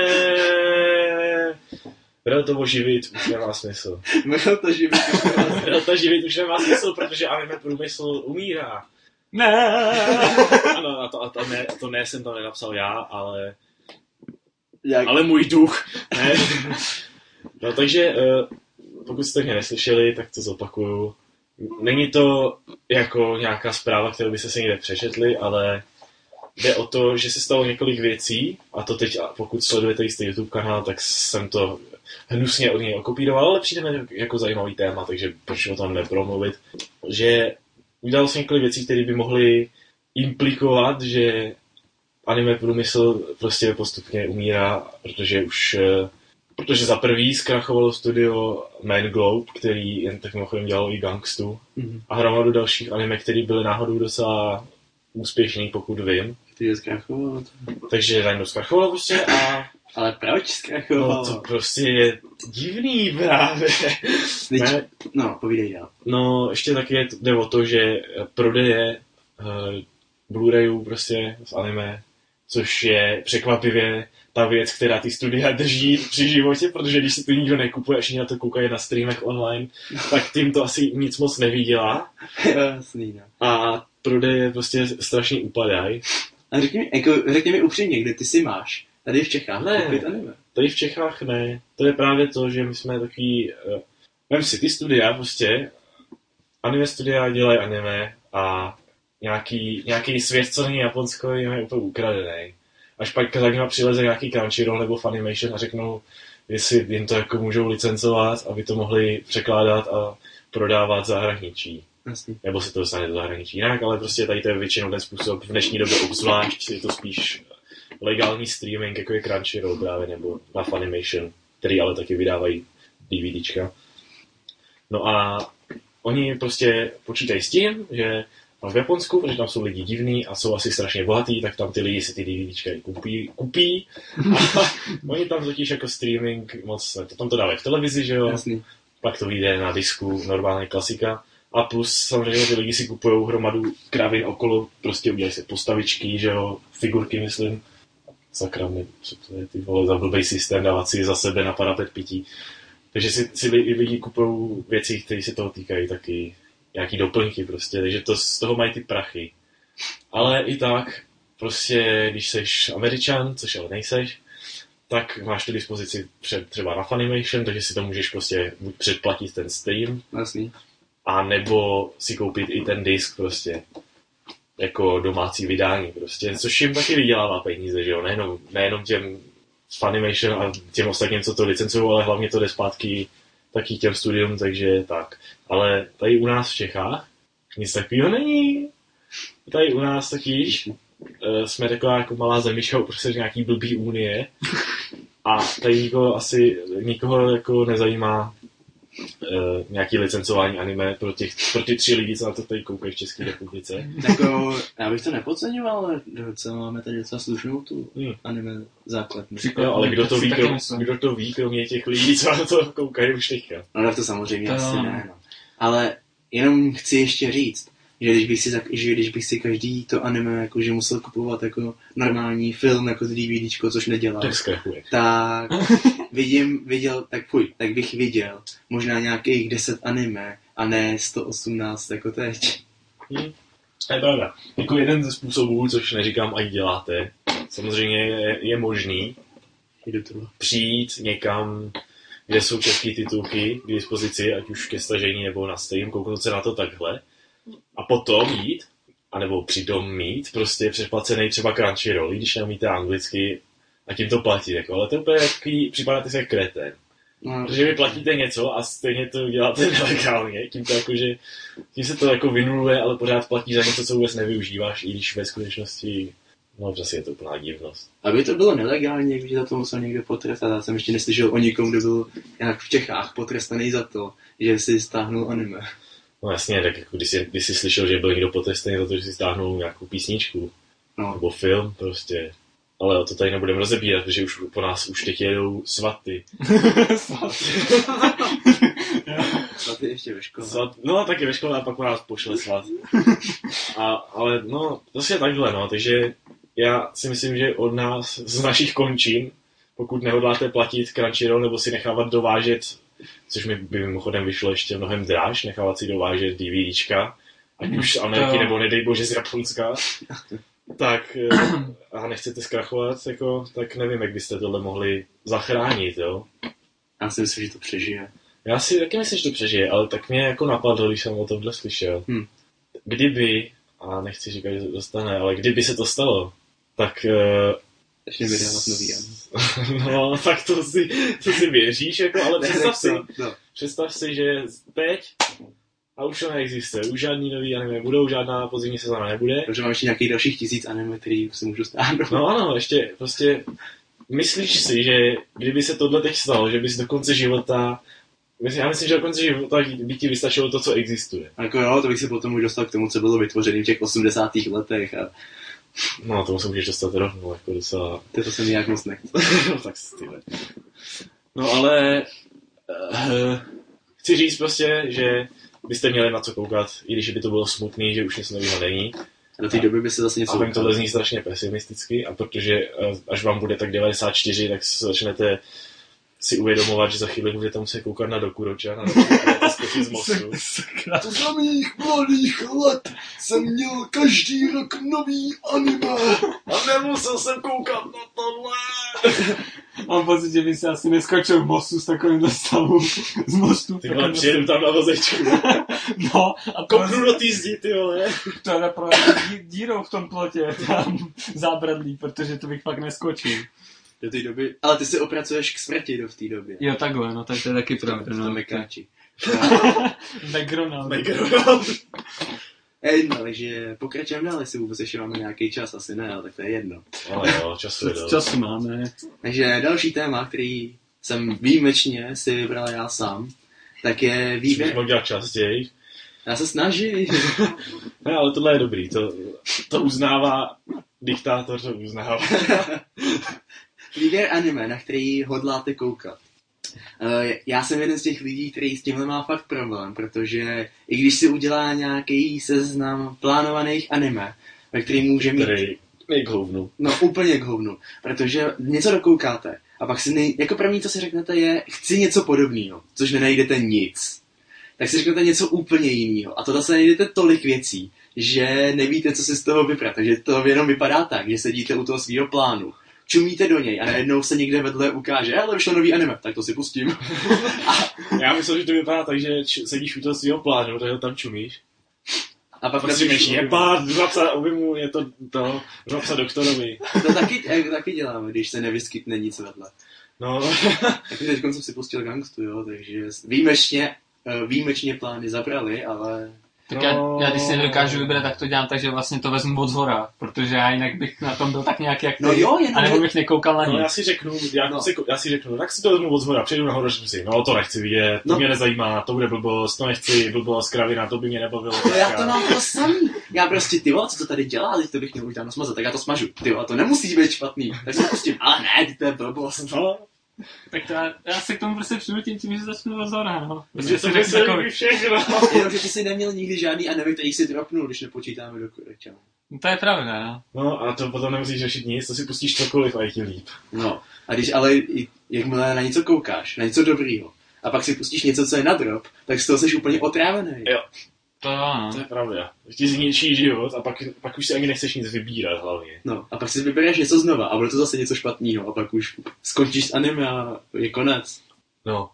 S2: Byl to živit už nemá smysl.
S1: Byl to živit už nemá smysl.
S2: Byl to živit už nemá smysl, protože anime průmysl umírá.
S4: Ne.
S2: Ano, a to, a to, ne, a to ne jsem tam nenapsal já, ale...
S1: Jak?
S2: Ale můj duch. Ne. No takže, pokud jste mě neslyšeli, tak to zopakuju. Není to jako nějaká zpráva, kterou byste se někde přečetli, ale jde o to, že se stalo několik věcí, a to teď, pokud sledujete jistý YouTube kanál, tak jsem to hnusně od něj okopíroval, ale přijde mi jako zajímavý téma, takže proč o tom nepromluvit, že udělal jsem několik věcí, které by mohly implikovat, že anime průmysl prostě postupně umírá, protože už, protože za prvý zkrachovalo studio Man Globe, který jen tak mimochodem dělalo i Gangstu, mm-hmm. a hromadu dalších anime, které byly náhodou docela úspěšný, pokud vím.
S1: Ty je zkrachovalo.
S2: Takže najednou zkrachovalo prostě a...
S1: Ale proč zkrachovalo?
S2: No to prostě je divný právě.
S1: Ne? No, povídej dál.
S2: No, ještě taky jde o to, že prodeje uh, Blu-rayů prostě z anime, což je překvapivě ta věc, která ty studia drží při životě, protože když si to nikdo nekupuje, až na to koukají na streamech online, tak tím to asi nic moc nevydělá.
S1: Jasný, no.
S2: A prodeje prostě strašně upadají.
S1: A řekni mi, jako, řekni mi upřímně, kde ty si máš? Tady v Čechách
S2: ne,
S1: koupit anime?
S2: Tady v Čechách ne. To je právě to, že my jsme takový... Uh, vem si, ty studia prostě, anime studia dělají anime a nějaký, nějaký svět, co není Japonsko, je úplně ukradený. Až pak za nima přileze nějaký Crunchyroll nebo Funimation a řeknou, jestli jim to jako můžou licencovat, aby to mohli překládat a prodávat v zahraničí.
S1: Jasný.
S2: Nebo se to dostane do zahraničí jinak, ale prostě tady to je většinou ten způsob. V dnešní době obzvlášť je to spíš legální streaming, jako je Crunchyroll právě, nebo na Funimation, který ale taky vydávají DVDčka. No a oni prostě počítají s tím, že v Japonsku, protože tam jsou lidi divní a jsou asi strašně bohatý, tak tam ty lidi si ty DVDčka kupí, kupí. A oni tam totiž jako streaming moc, to tam to dávají v televizi, že jo?
S1: Jasný.
S2: Pak to vyjde na disku, normální klasika. A plus samozřejmě ty lidi si kupují hromadu kravin okolo, prostě udělají si postavičky, že jo, figurky myslím. Sakra, mě, co to je, ty vole, za blbej systém, dávat si za sebe na parapet pití. Takže si, si lidi kupují věci, které se toho týkají, taky nějaký doplňky prostě, takže to, z toho mají ty prachy. Ale i tak, prostě, když seš Američan, což ale nejseš, tak máš tu dispozici před, třeba na Funimation, takže si to můžeš prostě buď předplatit ten stream,
S1: Jasný. a
S2: nebo si koupit i ten disk prostě, jako domácí vydání prostě, což jim taky vydělává peníze, že jo, nejenom, nejenom těm Funimation a těm ostatním, co to licencují, ale hlavně to jde zpátky taky těm studium, takže tak. Ale tady u nás v Čechách nic takového není. Tady u nás totiž uh, jsme taková jako malá zemička uprostřed nějaký blbý unie a tady nikoho asi nikoho jako nezajímá uh, nějaký licencování anime pro, těch, pro ty tři lidi, co na to tady koukají v České republice.
S1: Jako, já bych to nepodceňoval, ale docela máme tady docela slušnou tu hmm. anime základnu.
S2: Jo, ale kdo to, ví, krom, kdo to ví, kromě těch lidí, co na to koukají už teďka?
S1: No tak to samozřejmě to asi ne, no. Ale jenom chci ještě říct, že když bych si, že když bych si každý to anime jakože musel kupovat jako normální film, jako z DVDčko, což nedělal, tak vidím, viděl, tak fuj, tak bych viděl možná nějakých deset anime a ne sto osmnáct jako teď.
S2: Hmm. To je pravda. Jako jeden ze způsobů, což neříkám, ať děláte, samozřejmě je, je možný přijít někam, kde jsou české titulky k dispozici, ať už ke stažení nebo na stream, kouknout se na to takhle a potom jít, anebo přitom mít prostě předplacený třeba Crunchyroll, když neumíte anglicky a tím to platit, jako, ale to je úplně takový, připadáte si jak kretén. No, protože vy platíte něco a stejně to děláte nelegálně, tím, to jako, že, tím se to jako vynuluje, ale pořád platíš za něco, co vůbec nevyužíváš, i když ve skutečnosti, no přesně je to úplná divnost.
S1: Aby to bylo nelegálně, když za to musel někdo potrestat, já jsem ještě neslyšel o nikom, kdo byl nějak v Čechách potrestaný za to, že si stáhnul anime.
S2: No jasně, tak jako když jsi, když jsi slyšel, že byl někdo potrestaný za to, že si stáhnul nějakou písničku, no. Nebo film prostě. Ale o to tady nebudeme rozebírat, protože už po nás už teď jedou svaty.
S1: Svaty. Svaty ještě ve škole.
S2: Svat, no taky ve škole a pak po nás pošle svat. A, ale no, to je takhle, no, takže já si myslím, že od nás, z našich končin, pokud nehodláte platit Crunchyroll nebo si nechávat dovážet, což mi by mimochodem vyšlo ještě mnohem dráž, nechávat si dovážet DVDčka, ať už z Ameriky nebo nedej bože z Japonska, tak a nechcete zkrachovat, jako, tak nevím, jak byste tohle mohli zachránit, jo.
S1: Já si myslím, že to přežije.
S2: Já si taky myslím, že to přežije, ale tak mě jako napadlo, když jsem o tomhle slyšel. Hmm. Kdyby, a nechci říkat, že to dostane, ale kdyby se to stalo, tak...
S1: Začne vydávat nový
S2: No, tak to si, to si věříš, jako, ale představ si, no. představ si, že teď a už to neexistuje, už žádný nový anime budou, žádná podzimní sezóna nebude.
S1: Protože mám ještě nějakých dalších tisíc anime, který se můžu stáhnout.
S2: No ano, ještě prostě myslíš si, že kdyby se tohle teď stalo, že bys do konce života, já myslím, že do konce života by ti vystačilo to, co existuje.
S1: Jako jo, to bych se potom už dostal k tomu, co bylo vytvořené v těch osmdesátých letech a...
S2: No, tomu se můžeš dostat rovnou, jako docela...
S1: To, to se mi nějak moc nechce.
S2: No, tak style. No, ale... Uh, chci říct prostě, že byste měli na co koukat, i když by to bylo smutný, že už nic nového není.
S1: A do té doby by se zase něco
S2: A tak tohle zní strašně pesimisticky, a protože až vám bude tak devadesát čtyři, tak se začnete si uvědomovat, že za chvíli budete muset koukat na Dokuroča, na Dokuroča, skočit z mostu.
S5: To za mých mladých let jsem měl každý rok nový anime.
S2: A nemusel jsem koukat na tohle.
S4: Mám pocit, že by se asi neskočil v mostu s takovým stavu z mostu.
S2: Ty vole, přijedu tam na vozečku.
S4: No, a
S2: Kopnu do té zdi, ty vole.
S4: to je pro dírou v tom plotě, tam zábradlí, protože to bych fakt neskočil.
S1: do té doby. Ale ty si opracuješ k smrti do v té době.
S4: Jo, takhle, no tak to je taky pravda.
S1: To
S4: No.
S1: mekáči.
S4: McDonald.
S2: McDonald.
S1: Ej, no, takže pokračujeme dál, jestli vůbec ještě máme nějaký čas, asi ne, ale tak to je jedno.
S2: Ale jo, času je dost.
S4: Času máme.
S1: Takže další téma, který jsem výjimečně si vybral já sám, tak je
S2: Bych
S1: výběr.
S2: mohl dělat častěji.
S1: Já se snažím.
S2: Ne, ale tohle je dobrý, to, to uznává, diktátor to uznává.
S1: Výběr anime, na který hodláte koukat. Uh, já jsem jeden z těch lidí, který s tímhle má fakt problém, protože i když si udělá nějaký seznam plánovaných anime, ve který může mít...
S2: Který je k hovnu.
S1: No úplně k hovnu, protože něco dokoukáte a pak si nej... jako první, co si řeknete je, chci něco podobného, což nenajdete nic. Tak si řeknete něco úplně jiného a to zase najdete tolik věcí, že nevíte, co si z toho vybrat, takže to jenom vypadá tak, že sedíte u toho svého plánu, čumíte do něj a najednou se někde vedle ukáže, ale vyšlo nový anime, tak to si pustím.
S2: Já myslím, že to vypadá tak, že č- sedíš u toho svého plánu, takže tam čumíš.
S1: A pak
S2: Prostě
S1: napíšu-
S2: je pár, jdu napsat objemu, je to to, jdu napsat doktorovi.
S1: To taky, eh, taky děláme, když se nevyskytne nic vedle.
S2: No,
S1: Jako teď jsem si pustil Gangstu, jo, takže výjimečně, eh, výjimečně plány zabrali, ale...
S4: Tak
S2: No.
S4: já, já když si nedokážu vybrat, tak to dělám tak, že vlastně to vezmu od zhora, protože já jinak bych na tom byl tak nějak jak ty,
S1: No jo, jenom
S4: a nebo
S1: že-
S4: bych nekoukal na
S2: no,
S4: nic.
S2: já si řeknu, já,
S1: No.
S2: si, já si řeknu, tak si to vezmu od zhora, přejdu nahoru a řeknu si, no to nechci vidět, to
S1: No.
S2: mě nezajímá, to bude blbost, to nechci, blbost, kravina, to by mě nebavilo.
S1: No já to
S2: teďka.
S1: mám to samý. Já prostě, ty vole, co to tady dělá, teď to bych měl už dávno smazat, tak já to smažu. Ty vole, to nemusí být špatný. Tak se pustím, ale ne, ty to je blbost.
S2: No,
S4: Tak to já, já se k tomu prostě přinutím tím, že začnu od zhora, no.
S2: protože
S4: si
S2: to by
S4: řeknu
S2: se
S4: takový-
S2: líbí všechno.
S1: Jenom, že ty jsi neměl nikdy žádný anime, který si dropnul, když nepočítáme do kureča.
S4: No to je pravda, no.
S2: No a to potom nemusíš řešit nic, to si pustíš cokoliv a je ti líp.
S1: No, a když ale, i- jakmile na něco koukáš, na něco dobrýho, a pak si pustíš něco, co je na drop, tak z toho jsi úplně otrávený.
S2: Jo.
S4: To jo, no.
S2: To je pravda. Ti zničí život a pak, pak už si ani nechceš nic vybírat hlavně.
S1: No, a pak si vybereš něco znova a bude to zase něco špatného a pak už skončíš s anime a je konec.
S2: No.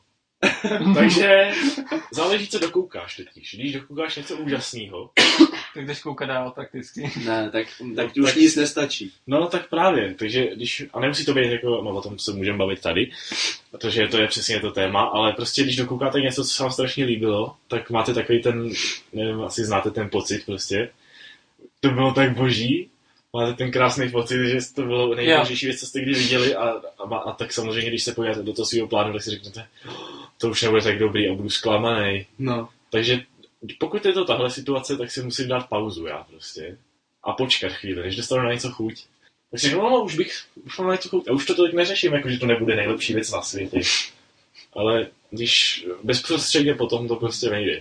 S2: Takže záleží, co dokoukáš totiž. Když dokoukáš něco úžasného,
S4: Tak jdeš koukat dál prakticky.
S1: Ne, tak, tak
S2: No,
S1: už
S2: tak-
S1: nic nestačí.
S2: no tak právě, takže když, a nemusí to být jako, no o tom se můžeme bavit tady, protože to je přesně to téma, ale prostě když dokoukáte něco, co se vám strašně líbilo, tak máte takový ten, nevím, asi znáte ten pocit prostě, to bylo tak boží, máte ten krásný pocit, že to bylo nejbožější věc, co jste kdy viděli a, a, a tak samozřejmě, když se podíváte do toho svého plánu, tak si řeknete, to už nebude tak dobrý a budu zklamaný.
S1: No,
S2: Takže pokud je to tahle situace, tak si musím dát pauzu já prostě. A počkat chvíli, než dostanu na něco chuť. Tak si no, už bych, už mám na něco chuť. A už to tolik neřeším, jako že to nebude nejlepší věc na světě. Ale když bezprostředně potom to prostě nejde.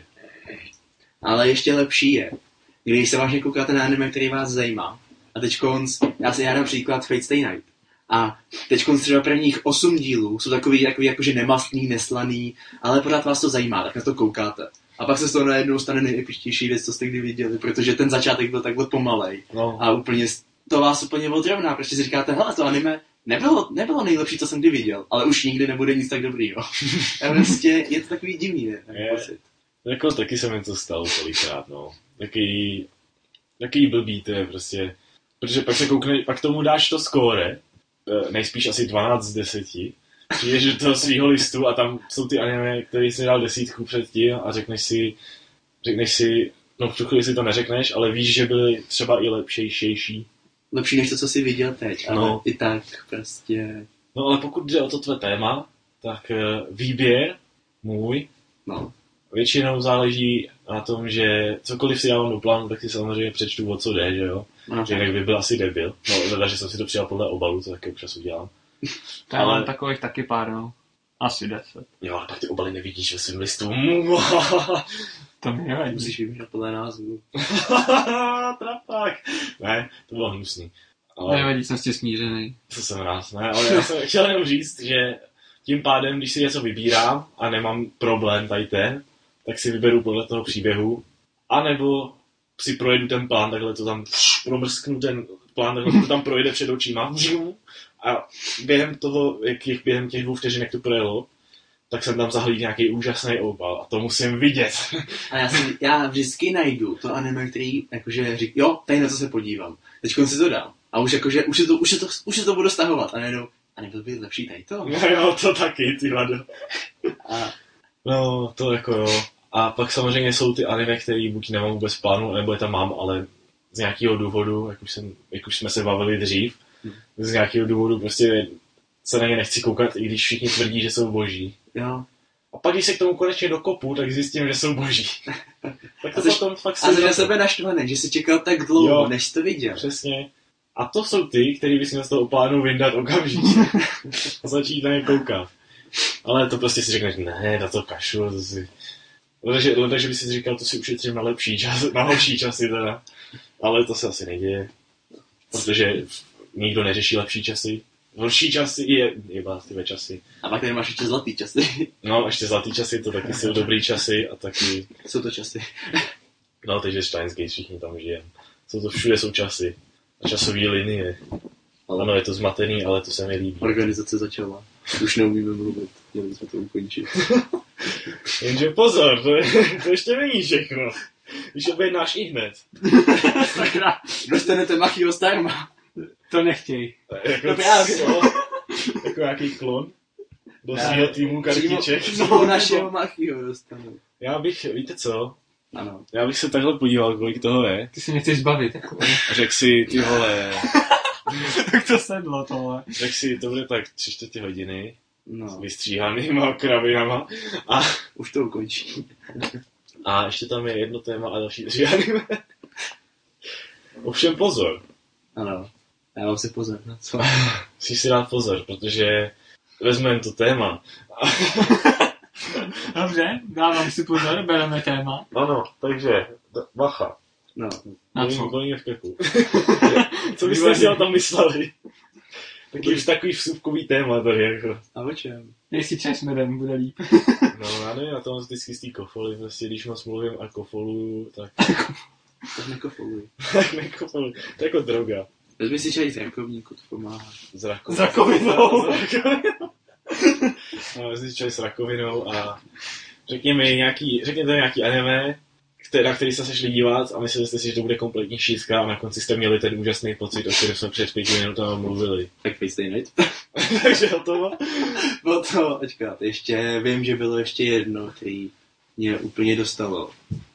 S1: ale ještě lepší je, když se vážně koukáte na anime, který vás zajímá. A teď konc, já si já dám příklad Fate Stay Night. A teď konc třeba prvních osm dílů jsou takový, takový jakože nemastný, neslaný, ale pořád vás to zajímá, tak na to koukáte. A pak se z toho najednou stane nejepištější věc, co jste kdy viděli, protože ten začátek byl takhle pomalej.
S2: No,
S1: A úplně s- to vás úplně odrovná, protože si říkáte, hele, to anime nebylo, nebylo nejlepší, co jsem kdy viděl, ale už nikdy nebude nic tak dobrýho. A prostě je to takový divný, ne?
S2: Je. jako taky se mi to stalo tolikrát, no. Taký, taký blbý to je prostě. Protože pak se koukne, pak tomu dáš to skóre, eh, nejspíš asi dvanáct z deseti, přijdeš do toho svýho listu a tam jsou ty anime, který jsi dal desítku předtím a řekneš si, řekneš si, no v tu chvíli si to neřekneš, ale víš, že byly třeba i lepšejší.
S1: Lepší než to, co jsi viděl teď, ale
S2: No.
S1: i tak prostě,
S2: No ale pokud jde o to tvé téma, tak eh, výběr můj
S1: no.
S2: většinou záleží na tom, že cokoliv si dávám do plánu, tak si samozřejmě přečtu, o co jde, že jo.
S1: no
S2: Že jinak by byl asi debil. No, teda, že jsem si to přijal podle obalu, to taky občas udělám.
S4: To já
S2: Ale-
S4: mám takových taky pár, no. Asi deset.
S2: Jo, ale pak ty obaly nevidíš ve svým listu.
S4: To mi nevadí.
S1: Musíš vybírat podle názvu.
S2: Trapák. Ne, to bylo hnusný.
S4: Ale... Nevadí, jsem s tím smířený.
S2: To jsem rád, ne, ale já jsem chtěl jenom říct, že tím pádem, když si něco vybírám a nemám problém tady ten, tak si vyberu podle toho příběhu, anebo si projedu ten plán, takhle to tam promrsknu ten plán, takhle to tam projede před očima a během toho, jak je během těch dvou vteřin, jak to projelo, tak jsem tam zahlídl nějaký úžasný obal a to musím vidět.
S1: A já, si, já vždycky najdu to anime, který jakože řík, jo, tady na to se podívám. Teďkon si to dám. A už jakože, už je to, už je to, už je to budu stahovat a najednou, a nebyl by lepší tady to?
S2: No jo, to taky, ty hlado.
S1: A...
S2: No, to jako jo. A pak samozřejmě jsou ty anime, které buď nemám vůbec plánu, nebo je tam mám, ale z nějakého důvodu, jak už, jsem, jak už jsme se bavili dřív, hmm. z nějakého důvodu prostě se na ně nechci koukat, i když všichni tvrdí, že jsou boží.
S1: Jo.
S2: A pak, když se k tomu konečně dokopu, tak zjistím, že jsou boží. Tak to
S1: a jsi,
S2: potom fakt
S1: a jsi na sebe naštvaný, že jsi čekal tak dlouho, jo, než to viděl.
S2: Přesně. A to jsou ty, který bys měl z toho plánu vyndat okamžitě. A začít na ně koukat. Ale to prostě si řekneš, ne, na to kašu, to si... Leda, leda, že by si říkal, to si ušetřím na lepší čas, na horší časy teda. Ale to se asi neděje. Protože nikdo neřeší lepší časy. Horší časy je, jeba, tyhle časy.
S1: A pak tady máš ještě zlatý časy.
S2: No, ještě zlatý časy, to taky jsou dobrý časy a taky...
S1: Jsou to časy.
S2: No, takže Steins Gate, všichni tam žijem. Jsou to, všude jsou časy. A časové linie. Ale... Ano, je to zmatený, ale to se mi líbí.
S1: Organizace začala. Už neumíme mluvit. Měli jsme to ukončit.
S2: Jenže pozor, to, je, to ještě není všechno. Když objednáš i hned.
S1: Sakra, dostanete Machyho zdarma.
S4: To nechtěj.
S2: Jako, co? Jako nějaký klon? Do svého týmu kartiček.
S1: Přímo našeho Machyho dostanu.
S2: Já bych, víte co?
S1: Ano.
S2: Já bych se takhle podíval, kolik toho je.
S4: Ty si nechceš zbavit. Jako.
S2: A řekl si, ty vole...
S4: Tak to sedlo tohle.
S2: Řekl si, to bude tak tři čtvrtě hodiny.
S1: No.
S2: S vystříhanýma kravinama. A...
S1: Už to ukončí.
S2: A ještě tam je jedno téma a další tři anime. Ovšem pozor.
S1: Ano. Já mám si pozor na co.
S2: Musíš si dát pozor, protože vezmeme to téma.
S4: Dobře, dávám si pozor, bereme téma.
S2: Ano, takže, bacha.
S1: No.
S4: Na co?
S2: Bolíme v krku. Co byste si o tom mysleli? Taky už takový vsuvkový téma tady, jako.
S1: A o čem?
S4: Jestli čas medem bude líp.
S2: No, já nevím, já to mám vždycky z té kofoly, prostě když moc mluvím a kofoluju, tak...
S1: Tak nekofoluj.
S2: Tak nekofoluj, to je jako droga.
S1: Vezmi si čaj z rakovníku, to pomáhá.
S2: Z rakovinou.
S4: Z rakovinou.
S2: Z rakovinou. No, vezmi si čaj s rakovinou a řekni mi nějaký, řekněte nějaký anime, na který jste se šli dívat a mysleli jste si, že to bude kompletní šířka a na konci jste měli ten úžasný pocit, o kterém jsme před pěti minutami mluvili.
S1: Tak Fate Stay Night.
S2: Takže hotovo.
S1: No to, ačkat, ještě vím, že bylo ještě jedno, který mě úplně dostalo.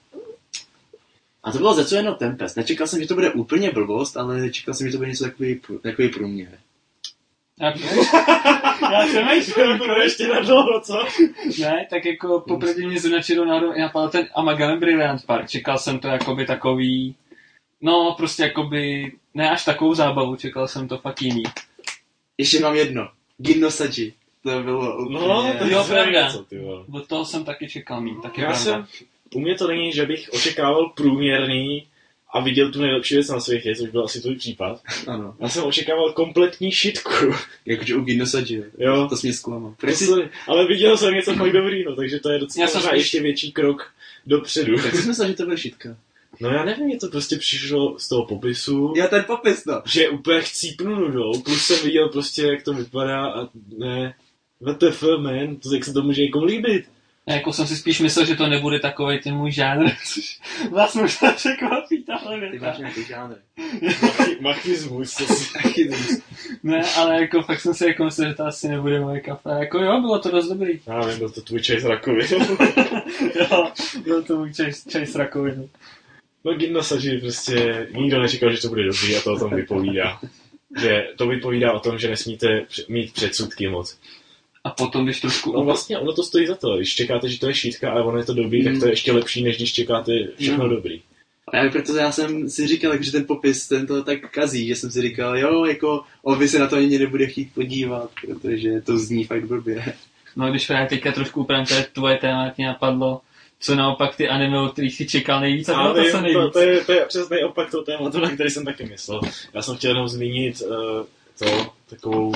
S1: A to bylo ze co jenom Tempest. Nečekal jsem, že to bude úplně blbost, ale čekal jsem, že to bude něco takový, takový průměr.
S4: Já, já přemýšlím,
S2: jako ještě na dlouho, co?
S4: Ne, tak jako poprvé mě zručilo napadl ten Amagan Brilliant Park. Čekal jsem to jakoby takový, no prostě jakoby, ne až takovou zábavu, čekal jsem to fakt jiný.
S1: Ještě mám jedno. Ginno Saji. To bylo úplně...
S2: No, to
S4: jo, pravda.
S2: něco, ty vole.
S4: Od toho jsem taky čekal mít, taky
S2: Já
S4: pravda.
S2: jsem, u mě to není, že bych očekával průměrný a viděl tu nejlepší věc na světě, což byl asi tvůj případ.
S1: Ano.
S2: Já jsem očekával kompletní šitku.
S1: Jakože u Ginno Saji.
S2: Jo.
S1: To jsi mě zklamal.
S2: To se, ale viděl jsem něco fakt dobrýho, takže to je docela
S4: Já jsem
S2: spíš... ještě větší krok dopředu.
S1: Tak jsi myslel, že to byl šitka.
S2: No já nevím, mě to prostě přišlo z toho popisu,
S1: Já ten popis, no.
S2: že úplně chcípnu nudou, plus jsem viděl prostě, jak to vypadá a ne, W T F, man, to jak se to může někomu líbit.
S4: A jako jsem si spíš myslel, že to nebude takovej ten můj žánr, což vás možná překvapí tahle věta.
S1: Ty máš nějaký žánr.
S2: Machismus, to si...
S4: Ne, ale jako fakt jsem si jako myslel, že to asi nebude moje kafe. Jako jo, bylo to dost dobrý.
S2: Já nevím, byl to tvůj čaj s rakovinou.
S4: Jo, byl to můj čaj, čaj s rakovinou.
S2: No Ginno Saji prostě nikdo nečekal, že to bude dobrý a to o tom vypovídá. Že to vypovídá o tom, že nesmíte mít předsudky moc.
S4: A potom, když trošku...
S2: No vlastně, ono to stojí za to. Když čekáte, že to je šítka, ale ono je to dobrý, mm. tak to je ještě lepší, než když čekáte všechno no. dobrý.
S1: A protože já jsem si říkal, že ten popis, ten to tak kazí, že jsem si říkal, jo, jako Ovi se na to ani nebude chtít podívat, protože to zní fakt blbě.
S4: No když právě teďka trošku upravím, to je tvoje téma, jak mě napadlo, co naopak ty anime, o kterých si čekal nejvíc a bylo to co
S2: to,
S4: nejvíc.
S2: to, je, to je přesně opak toho tématu, na který jsem taky myslel. Já jsem chtěl jenom zmínit uh, to, takovou,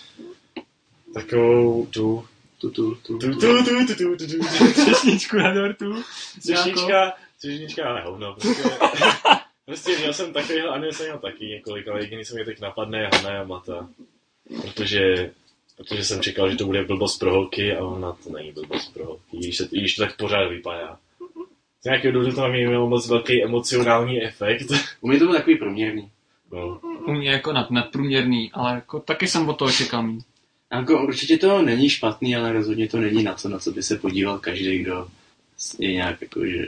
S2: takovou tu,
S1: Tu, tu, tu.
S2: tu, tu, tu, tu, tu, tu, tu.
S4: Třešničku na dortu.
S2: Třešnička, třešnička, ne hovno, prostě. Prostě měl jsem takovýhle anime, jsem měl taky několik, ale jediný, co mě teď napadne, je Hana Yamata. Protože, protože jsem čekal, že to bude blbost pro holky a ona to není blbost pro holky, když, se, když to tak pořád vypadá. Z nějakého důvodu to na mě mělo moc velký emocionální efekt.
S1: U mě to byl takový průměrný.
S2: No.
S4: U mě jako nad, nadprůměrný, ale jako taky jsem od toho čekal mít.
S1: Jako určitě to není špatný, ale rozhodně to není na co, na co by se podíval každý, kdo je nějak jako, že...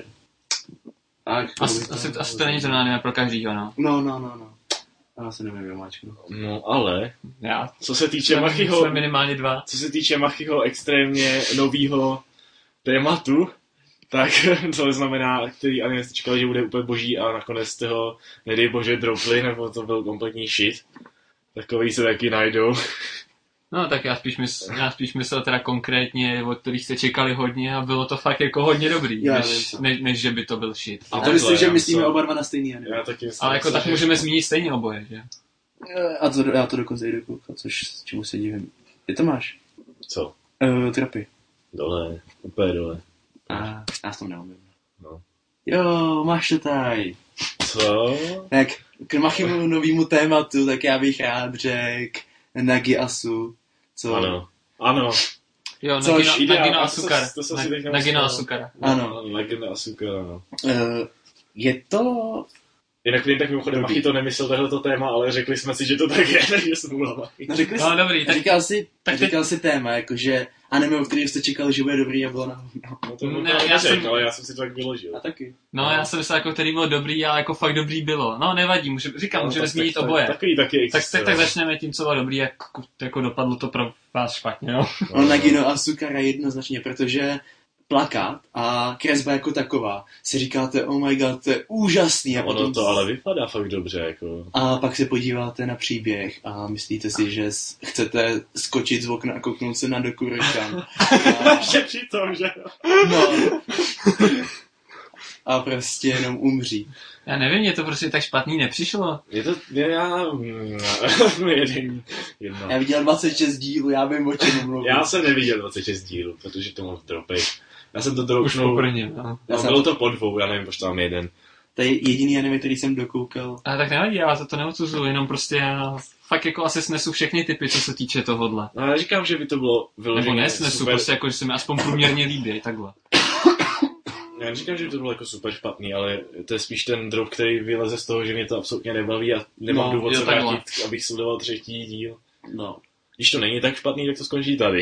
S1: Tak,
S4: Asi,
S1: to...
S4: asi, asi to není zrovna anime pro každýho, no.
S1: No, no, no, no. Já se nevím, vymáčknu.
S2: No ale,
S4: Já.
S2: co se týče
S4: Jsme,
S2: Machyho,
S4: jsme minimálně dva.
S2: co se týče Machyho extrémně novýho tématu, tak to znamená, který anime jste čekali, že bude úplně boží a nakonec jste ho, nedej bože, dropli, nebo to byl kompletní shit. Takový se taky najdou.
S4: No tak já spíš, mysl, já spíš myslel teda konkrétně, od kterých jste čekali hodně a bylo to fakt jako hodně dobrý,
S1: Já
S4: než,
S1: vím,
S4: ne, než že by to byl shit.
S1: A to
S2: takhle,
S1: myslím, že
S2: já
S1: myslíme
S2: myslel-
S1: oba dva na stejný anime.
S2: Já taky myslím,
S4: Ale jako tak
S2: že-
S4: můžeme zmínit stejně oboje, že?
S1: A to, já to dokonce i dokoukat, což čemu se divím. Ty to máš?
S2: Co?
S1: Uh, trapy.
S2: Dole, úplně dole.
S1: A já s tom neumím.
S2: No.
S1: Jo, máš to tady.
S2: Co?
S1: Tak k Machymu novýmu tématu, tak já bych rád řekl Nagi Asu. Co?
S2: Ano. Ano.
S4: Jo,
S1: Což
S4: Nagino,
S2: ideál,
S4: Nagino
S2: a to se-
S4: Asukara.
S2: to jsem si teď
S4: Na-
S2: nemyslel.
S4: Nagino Asukara.
S1: Ano.
S2: Legenda Asukara, no.
S1: Uh, je to...
S2: Jinak vím, tak mimochodem
S1: Dobrý.
S2: Machy to nemyslel tohleto téma, ale řekli jsme si, že to tak je, takže smůla Machy.
S1: No, řekli
S4: No
S1: jsi,
S4: dobrý, tak
S1: říkal jsi,
S4: tak teď-
S1: říkal jsi téma, jakože anime, o kterých jste čekali, že bude dobrý a bylo na no.
S2: No to
S4: Ne,
S2: ne,
S4: já
S2: já
S4: jsem-
S2: jsem... ale já jsem si to tak vyložil.
S1: A taky.
S4: No, já jsem myslel, jako který byl dobrý, ale jako fakt dobrý bylo. No, nevadí, může, říkám,
S2: No,
S4: můžeme
S2: tak-
S4: zmínit
S2: tak-
S4: oboje.
S2: Takový taky
S4: Tak, tak,
S2: existuje.
S4: tak začneme tím, co bylo dobrý, jak jako dopadlo to pro vás špatně, no.
S1: No, Nagino Asukara jednoznačně, protože plakát a kresba jako taková, si říkáte, oh my god, to je úžasný. A,
S2: Ono
S1: potom...
S2: to ale vypadá fakt dobře, jako...
S1: a pak se podíváte na příběh a myslíte si, že s- chcete skočit z okna a kouknout se na Dokuro-chan. A...
S2: Že přitom, že jo?
S1: No. A prostě jenom umří.
S4: Já nevím, mně to prostě tak špatný nepřišlo.
S2: Je to, je, já... mm, jeden, jedno.
S1: Já viděl dvacet šest dílů, já vím, o čem mluvím.
S2: Já jsem neviděl dvacet šest dílů, protože to mám v dropech. Já jsem to
S4: Už
S2: dropnul...
S4: po prvním, no.
S1: Já
S2: No,
S1: jsem
S2: bylo
S1: to-
S2: to po dvou, já nevím, proč tam jeden.
S1: To je jediný anime, který jsem dokoukal.
S4: Ale tak nevadí, já za to neodsuzuju, jenom prostě já fakt jako asi snesu všechny typy, co se týče tohodle.
S2: No, já říkám, že by to bylo
S4: Nebo
S2: vyloženě
S4: nesnesu,
S2: super...
S4: prostě jako, že se mi aspoň průměrně líbí, takhle.
S2: Já neříkám, že by to bylo jako super špatný, ale to je spíš ten drop, který vyleze z toho, že mě to absolutně nebaví a nemám
S1: No,
S2: důvod
S4: jo,
S2: se
S4: takhle.
S2: vrátit, abych sledoval třetí díl.
S1: No.
S2: Když to není tak špatný, tak to skončí tady.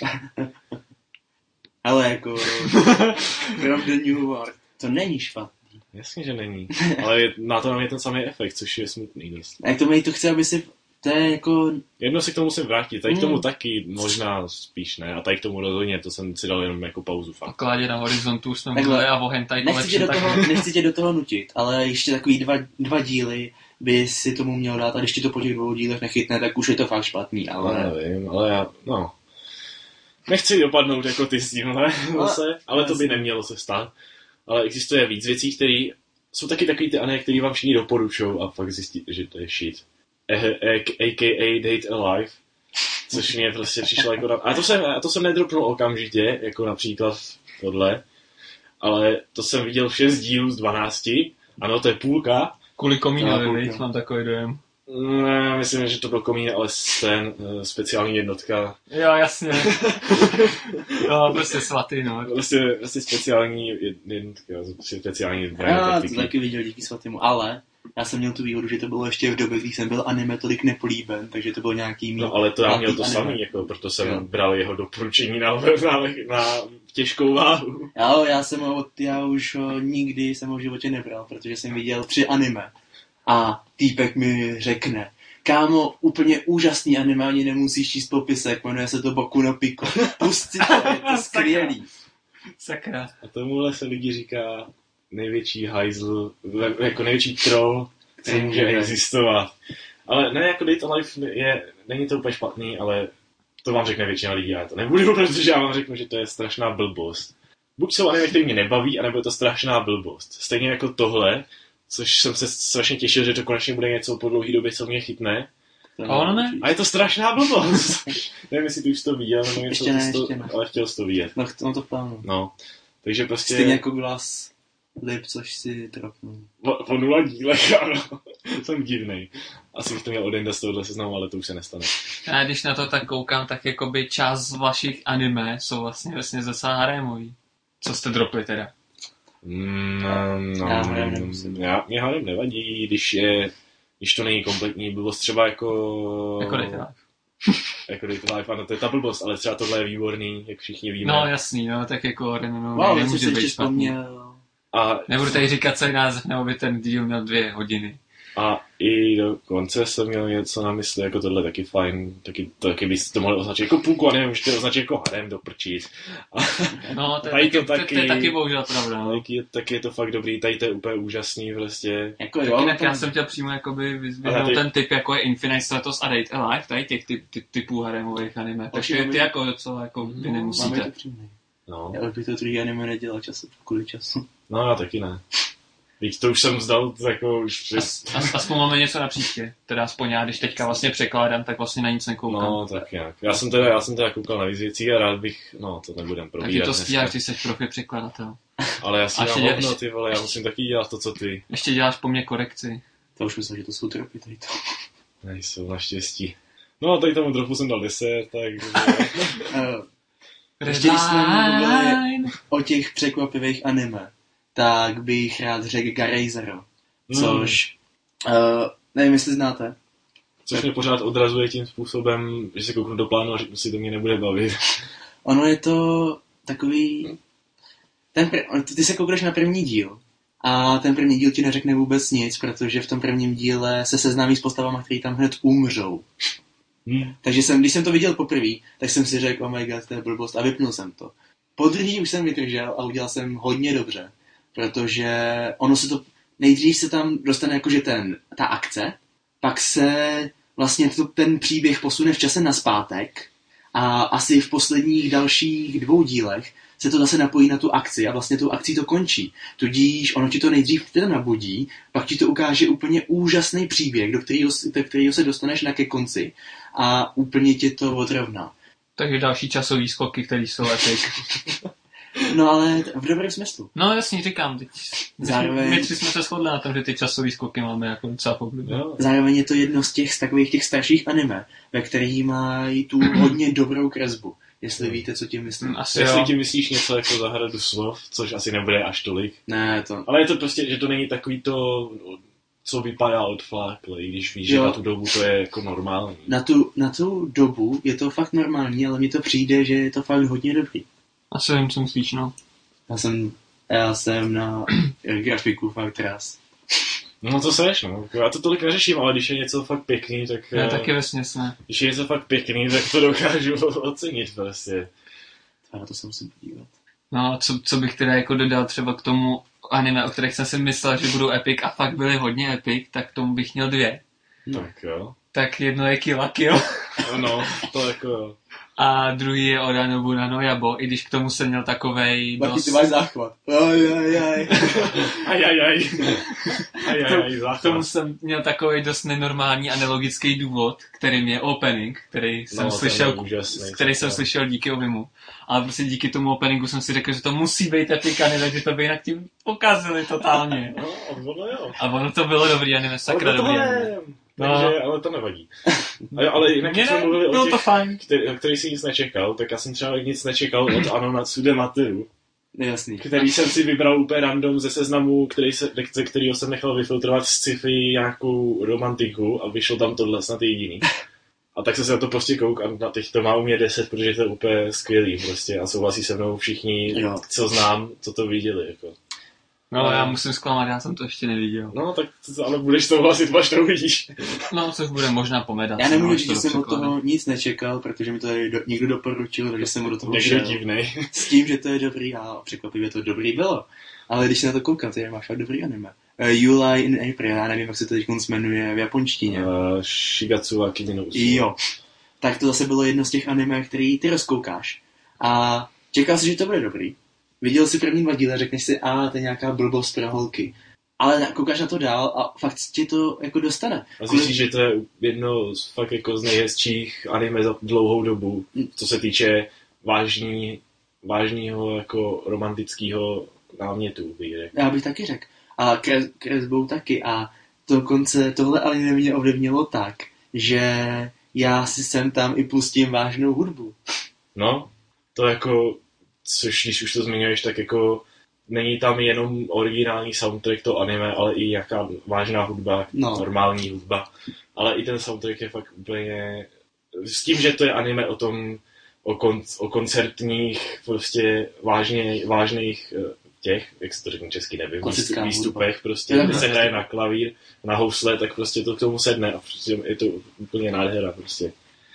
S1: Ale jako... From the New World. To není špatný.
S2: Jasně, že není. Ale je, má to na mě ten samý efekt, což je smutný dost.
S1: A jak to mají, to chce, aby si... To je jako...
S2: Jedno si k tomu musím vrátit, tady k tomu
S1: Hmm.
S2: taky možná spíš ne, a tady k tomu rozhodně, to jsem si dal jenom jako pauzu fakt.
S4: Pokládě na horizontu jsme
S1: Takhle.
S4: mluvili a o hentai
S1: Nechci tě,
S4: collection,
S1: do
S4: tak...
S1: toho, nechci tě do toho nutit, ale ještě takový dva, dva díly by si tomu měl dát a když ti to po těch dvou dílech nechytne, tak už je to fakt špatný,
S2: Ale
S1: ale...
S2: nevím, ale já, no. Nechci dopadnout jako ty s tímhle zase, ale to by nemělo se stát. Ale existuje víc věcí, které jsou taky takový ty anime, které vám všichni doporučují a fakt zjistíte, že to je shit. A K A Date Alive, což mě prostě přišlo jako... Na... A to jsem, a to jsem nedropnul okamžitě, jako například tohle, ale to jsem viděl v šest dílů z dvanácti. Ano, to je půlka.
S4: Kvůli
S1: Já,
S4: komínovi,
S1: půlka.
S4: viď, mám takový dojem.
S2: Ne, myslím, že to byl komín, ale ten uh, speciální jednotka.
S4: Jo, jasně. Jo, prostě svatý, no.
S2: Prostě, prostě speciální jednotka, speciální
S1: Já
S2: zbraně
S1: to
S2: taktiky.
S1: taky viděl díky svatému, ale já jsem měl tu výhodu, že to bylo ještě v době, kdy jsem byl anime tolik nepolíben, takže to byl nějaký mý...
S2: No ale to já měl to
S1: anime.
S2: samý, jako, proto jsem
S1: Jo.
S2: bral jeho doporučení na, na, na těžkou váhu.
S1: Jo, já jsem ho, já už ho nikdy jsem ho v životě nebral, protože jsem viděl tři anime. A týpek mi řekne, kámo, úplně úžasný anime, ani nemusíš číst popisek, jmenuje se to Boku no Pico. Pust si to, je to skvělý.
S4: Sakra.
S2: A tomuhle se lidi říká největší hajzl, jako největší troll, který může existovat. Ale ne, jako Date Alive je, není to úplně špatný, ale to vám řekne většina lidí, já to nebudu, protože já vám řeknu, že to je strašná blbost. buď jsou anime, které mě nebaví, anebo je to strašná blbost. Stejně jako tohle, což jsem se strašně těšil, že to konečně bude něco po dlouhé době, co mě chytne.
S4: A ono ne?
S2: A je to strašná blbost. Nevím, jestli ty už to viděl, nebo něco,
S1: Ještě ne,
S2: to,
S1: ještě ne.
S2: ale chtěl jsi to vidět.
S1: No, no to v plánu.
S2: No, takže prostě...
S1: Stejně jako Glass Lip, což si trofnul.
S2: Po, po nula dílech, ano. Jsem divnej. Asi bych to měl odejít z tohohle seznamu, ale to už se nestane.
S4: Já když na to tak koukám, tak jakoby část z vašich anime jsou vlastně vlastně zase harémový. Co jste dropli teda?
S2: Mm, no, no,
S1: Já harem nemusím.
S2: já, mě harem nevadí, když je, když to není kompletní blbost, třeba jako...
S4: Jako Date Life.
S2: Jako Date Life, ano, to je ta blbost, ale třeba tohle je výborný, jak všichni víme.
S4: No jasný, no, tak jako Renano
S1: Wow,
S4: nemůže
S1: co jsi
S4: být
S1: ještě
S4: špatný.
S1: vzpomněl.
S2: A,
S4: Nebudu tady říkat celý název, nebo by ten díl měl dvě hodiny.
S2: a i do konce jsem měl něco na mysli, jako tohle taky fajn, taky, taky bys to mohl označit jako půlku, a nevím, můžete označit jako harem do prčít. A,
S4: No, to je,
S2: Tady
S4: taky,
S2: to
S4: to, to,
S2: taky-
S4: to je taky bohužel pravda. No.
S2: taky, taky je to fakt dobrý, tady to je úplně úžasný prostě.
S1: Jako jo,
S4: Jinak
S1: to-
S4: já jsem chtěl přímo jakoby
S2: Ale
S4: vyzvihnout
S2: ty-
S4: ten typ, jako je Infinite Stratos a Date Alive, tady těch typ, typ, typů haremových anime. Takže
S1: Určitě
S4: ty
S1: by-
S4: jako docela jako vy
S1: Máme to
S4: nemusíte.
S1: přímě.
S2: No,
S1: Já už bych to druhý anime nedělal času, kvůli času.
S2: no já taky ne. Víš, to už jsem vzdal, jako už přes...
S4: As, aspoň máme něco na příště. Teda aspoň já, když teďka vlastně překládám, tak vlastně na nic nekoukám.
S2: No, tak nějak. Já jsem teda, já jsem teda koukal na víc věcí a rád bych, no, to nebudem
S4: Takže
S2: probírat
S4: to
S2: dneska.
S4: stíháš, ty jsi profi překladatel.
S2: Ale já si
S4: A
S2: dám
S4: ještě
S2: hovno,
S4: děláš-
S2: ty vole, já musím taky dělat to, co ty.
S4: Ještě děláš po mně korekci.
S1: To už myslím, že to jsou tropy tady to.
S2: Nejsou, naštěstí. No a tady tomu dropu jsem dal deset, takže...
S1: Uh, Ještě když jsme mluvili o těch překvapivých anime, tak bych rád řekl Garay Zero, což, uh, nevím, jestli znáte.
S2: Což mě pořád odrazuje tím způsobem, že se kouknu do plánu a řeknu si, to mě nebude bavit.
S1: Ono je to takový... Ten pr- ty se koukneš na první díl a ten první díl ti neřekne vůbec nic, protože v tom prvním díle se seznámí s postavama, který tam hned umřou.
S2: Hmm.
S1: Takže jsem, když jsem to viděl poprvé, tak jsem si řekl, oh my god, to je blbost a vypnul jsem to. Po druhý už jsem vydržel a udělal jsem hodně dobře, protože ono se to, nejdřív se tam dostane jakože ten, ta akce, pak se vlastně to, ten příběh posune v čase nazpátek a asi v posledních dalších dvou dílech se to zase napojí na tu akci a vlastně tou akcí to končí. Tudíž ono ti to nejdřív teda nabudí, pak ti to ukáže úplně úžasný příběh, do kterého, do kterého se dostaneš na ke konci a úplně ti to odrovná.
S4: Takže další časový skoky, které jsou epic.
S1: No ale v dobrém smyslu.
S4: No jasně, říkám, teď
S1: Zároveň-
S4: my tři jsme se shodli na tom, že ty časový skoky máme jako docela poblíž.
S2: Jo.
S1: Zároveň je to jedno z těch z takových těch starších anime, ve kterých mají tu hodně dobrou kresbu. Jestli
S2: Hmm.
S1: víte, co tím myslím.
S4: Asi
S2: Jestli
S4: jo.
S2: ti myslíš něco jako za hradu slov, což asi nebude až tolik.
S1: Ne, to...
S2: Ale je to prostě, že to není takový to, co vypadá odflákle, i když víš, že
S1: Jo.
S2: na tu dobu to je jako normální.
S1: Na tu, na tu dobu je to fakt normální, ale mně to přijde, že je to fakt hodně dobrý.
S4: Asi vím, co myslíš, no.
S1: Já jsem, já jsem na grafiku fakt ráz.
S2: No to seš, no. Já to tolik neřeším, ale když je něco fakt pěkný, tak...
S4: Já
S2: eh,
S4: taky vesměs ne.
S2: Když je něco fakt pěkný, tak to dokážu ocenit prostě.
S1: Na to se musím podívat.
S4: No, co, co bych teda jako dodal třeba k tomu anime, o kterých jsem si myslel, že budou epic a fakt byly hodně epic, tak k tomu bych měl dvě.
S1: No.
S2: Tak jo.
S4: Tak jedno je Kill la Kill
S2: No, to jako jo.
S4: a druhý je Oda Nobunaga no Yabo, i když k tomu jsem měl takovej
S1: Baky,
S4: dost...
S1: ty máš záchvat. Aj, aj, aj.
S2: Aj, aj, aj. Aj, aj, aj,
S4: K
S2: záchvat.
S4: tomu jsem měl takový dost nenormální a nelogický důvod, kterým je opening, který jsem
S2: No, ten
S4: slyšel,
S2: je úžasný,
S4: který jsem
S2: to-
S4: slyšel díky Ovimu. Ale prostě díky tomu openingu jsem si řekl, že to musí být epikany, takže to by jinak tím pokazili totálně.
S2: No, ono jo.
S4: A ono to bylo dobrý anime, sakra
S2: Ale to
S4: dobrý
S2: ne.
S4: anime.
S2: Takže,
S4: No.
S2: ale to nevadí. A, ale jinak,
S4: Mně
S2: když jsme
S4: ne,
S2: mluvili
S4: bylo
S2: o
S4: to
S2: těch,
S4: fajn.
S2: který, který si nic nečekal, tak já jsem třeba nic nečekal od Ano Natsude Materu,
S1: Jasný.
S2: který jsem si vybral úplně random ze seznamu, který se, ze kterého jsem nechal vyfiltrovat z sci-fi nějakou romantiku a vyšlo tam tohle snad jediný. A tak jsem se na to prostě kouk a na teď to má u mě deset, protože to je úplně skvělý prostě a souhlasí se mnou všichni,
S1: Jo.
S2: co znám, co to viděli. Jako.
S4: No, já musím zklamat, já jsem to ještě neviděl.
S2: No tak to, ale budeš souhlasit, až to uvidíš.
S4: No, což bude možná pomedat.
S1: Já nemůžu
S4: no,
S1: říct,
S4: až
S1: že
S4: to
S1: jsem od
S4: překladem.
S1: toho nic nečekal, protože mi to tady do, někdo doporučil, takže jsem mu do toho
S2: Někdo
S1: šel.
S2: divnej.
S1: S tím, že to je dobrý a překvapivě to dobrý bylo. Ale když se na to koukám, ty máš fakt dobrý anime. Uh, July in April, já nevím, jak se to teď jmenuje v japonštině.
S2: Uh, Shigatsu wa Kimi no Uso.
S1: Jo. Tak to zase bylo jedno z těch anime, který ty rozkoukáš. A čekal jsi, že to bude dobrý. viděl si první dva díly a řekneš si, a to je nějaká blbost pro holky. Ale koukáš na to dál a fakt ti to jako dostane.
S2: A zjistíš, že to je jedno z fakt jako z nejhezčích anime za dlouhou dobu, co se týče vážní, vážného jako romantického námětu, bych řekl.
S1: Já bych taky řekl. A kres, kresbou taky. A dokonce tohle anime mě ovlivnilo tak, že já si sem tam i pustím vážnou hudbu.
S2: No, to jako, což když už to zmiňuješ, tak jako není tam jenom originální soundtrack to anime, ale i nějaká vážná hudba,
S1: no.
S2: normální hudba. Ale i ten soundtrack je fakt úplně... S tím, že to je anime o tom, o, kon, o koncertních, prostě vážně, vážných těch, jak se to řekne česky, nevím,
S1: Klasická
S2: výstupech,
S1: hudba.
S2: prostě, kde se hraje na klavír, na housle, tak prostě to k tomu sedne a prostě je to úplně nádhera, prostě.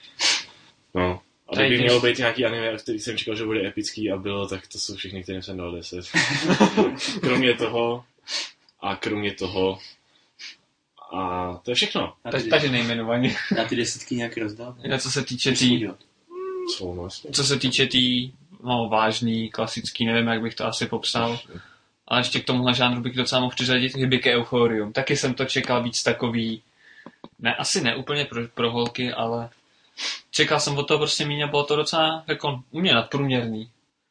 S2: No. A kdyby mělo být nějaký anime, který jsem čekal, že bude epický a bylo, tak to jsou všechny, kterým jsem dal deset. Kromě toho a kromě toho a to je všechno.
S4: Tady, tady nejmenovaně.
S1: Já ty desítky nějak rozdal.
S4: Já co se týče tý,
S2: Co, no,
S4: co se týče tý, no vážný, klasický, nevím, jak bych to asi popsal. Ale ještě k tomuhle žánru bych docela mohl přiřadit Hibike Euphorium. Taky jsem to čekal víc takový, ne, asi ne úplně pro, pro holky, ale čekal jsem od toho prostě míň a bylo to docela jako u mě nadprůměrný.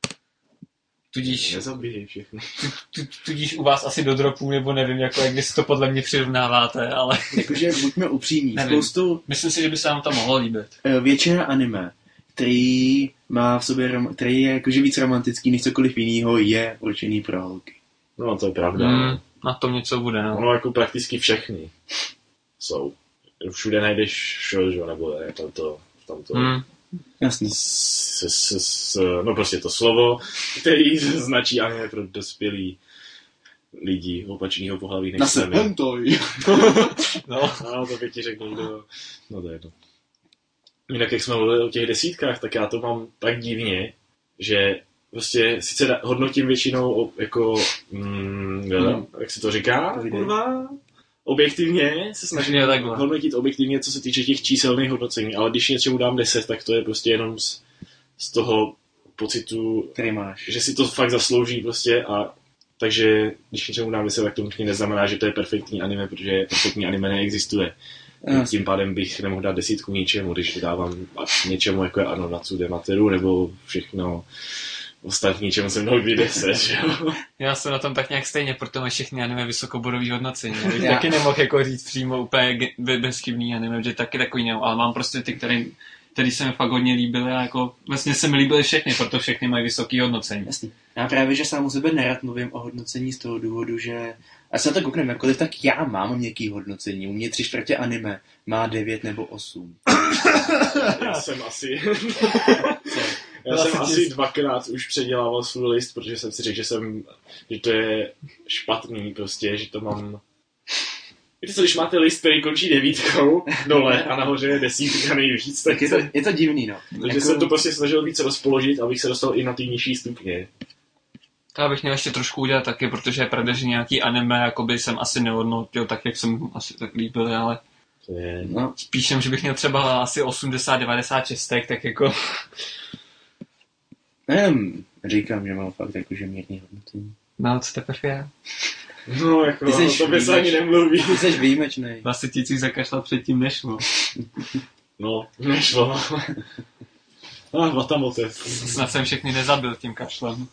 S4: Tudíž,
S2: nezabíjej všechno.
S4: tudíž u vás asi do dropů, nebo nevím, jako jak vy si to podle mě přirovnáváte, ale...
S1: Jakože buďme upřímní.
S4: Nevím.
S1: Spoustu...
S4: Myslím si, že by se vám to mohlo líbit.
S1: Většina anime, který má v sobě, který je jakože víc romantický než cokoliv jiného, je určený pro holky.
S2: No, to je pravda.
S4: Mm, na tom něco bude, no.
S2: Ono jako prakticky všechny jsou. Všude najdeš shoujo, nebo je tam to... Tam to
S4: Mm.
S1: Jasný.
S2: S, s, s, no prostě to slovo, který značí anime pro dospělý lidi opačného pohlaví než
S1: Nase
S2: sami.
S1: hentai.
S4: No.
S2: No, to by ti řekl někdo. No to je jedno. Jinak jak jsme mluvili o těch desítkách, tak já to mám tak divně, že prostě sice hodnotím většinou o, jako, mm, mm. jak se to říká, kurva? Objektivně se snažím hodnotit objektivně, co se týče těch číselných hodnocení, ale když něčemu dám deset, tak to je prostě jenom z, z toho pocitu,
S1: který máš,
S2: že si to fakt zaslouží prostě a takže když něčemu dám deset, tak to nutně neznamená, že to je perfektní anime, protože perfektní anime neexistuje. Yes. Tím pádem bych nemohl dát desítku ničemu, když dávám něčemu jako je Ano Natsude Materu nebo všechno ostatní, čemu jsem mnou být deset, že jo?
S4: Já jsem na tom tak nějak stejně, proto máš všechny anime vysokobodový hodnocení. Já bych
S1: Já.
S4: taky nemohl jako říct přímo úplně bezchybný anime, že taky takový nemám, ale mám prostě ty, který, který se mi fakt hodně líbily a jako vlastně se mi líbily všechny, proto všechny mají vysoký hodnocení.
S1: Jasný. Já právě, že sám u sebe nerad mluvím o hodnocení z toho důvodu, že a se na to koukneme jakkoliv, tak já mám měkký hodnocení. U mě tři čtvrtě anime má devět nebo osm.
S2: Já jsem asi... Já jsem asi dvakrát už předělával svůj list, protože jsem si řekl, že jsem, že to je špatný prostě, že to mám... Víte co, když máte list, který končí devítkou dole a nahoře je desítka nejvíc, tak,
S1: tak je, to, je to divný, no.
S2: Takže
S1: jako...
S2: jsem to prostě snažil víc rozpoložit, abych se dostal i na ty nižší stupně.
S4: To já bych měl ještě trošku udělat taky, protože je pravda, že nějaký anime jakoby jsem asi nehodnotil tak, jak jsem asi tak líbil, ale
S2: to je...
S1: no.
S4: Spíš, že bych měl třeba asi osmdesát devadesát šest, tak jako...
S1: Nevím, říkám, že mám fakt jakože mírný hodnocení.
S4: No, co teprve já?
S2: No, jako, to by se ani nemluví.
S1: Ty jsi výjimečnej.
S4: Vlastně tisíc zakašlat předtím nešlo.
S2: No, nešlo. Ah, vatamote.
S4: Snad jsem všechny nezabil tím kašlem.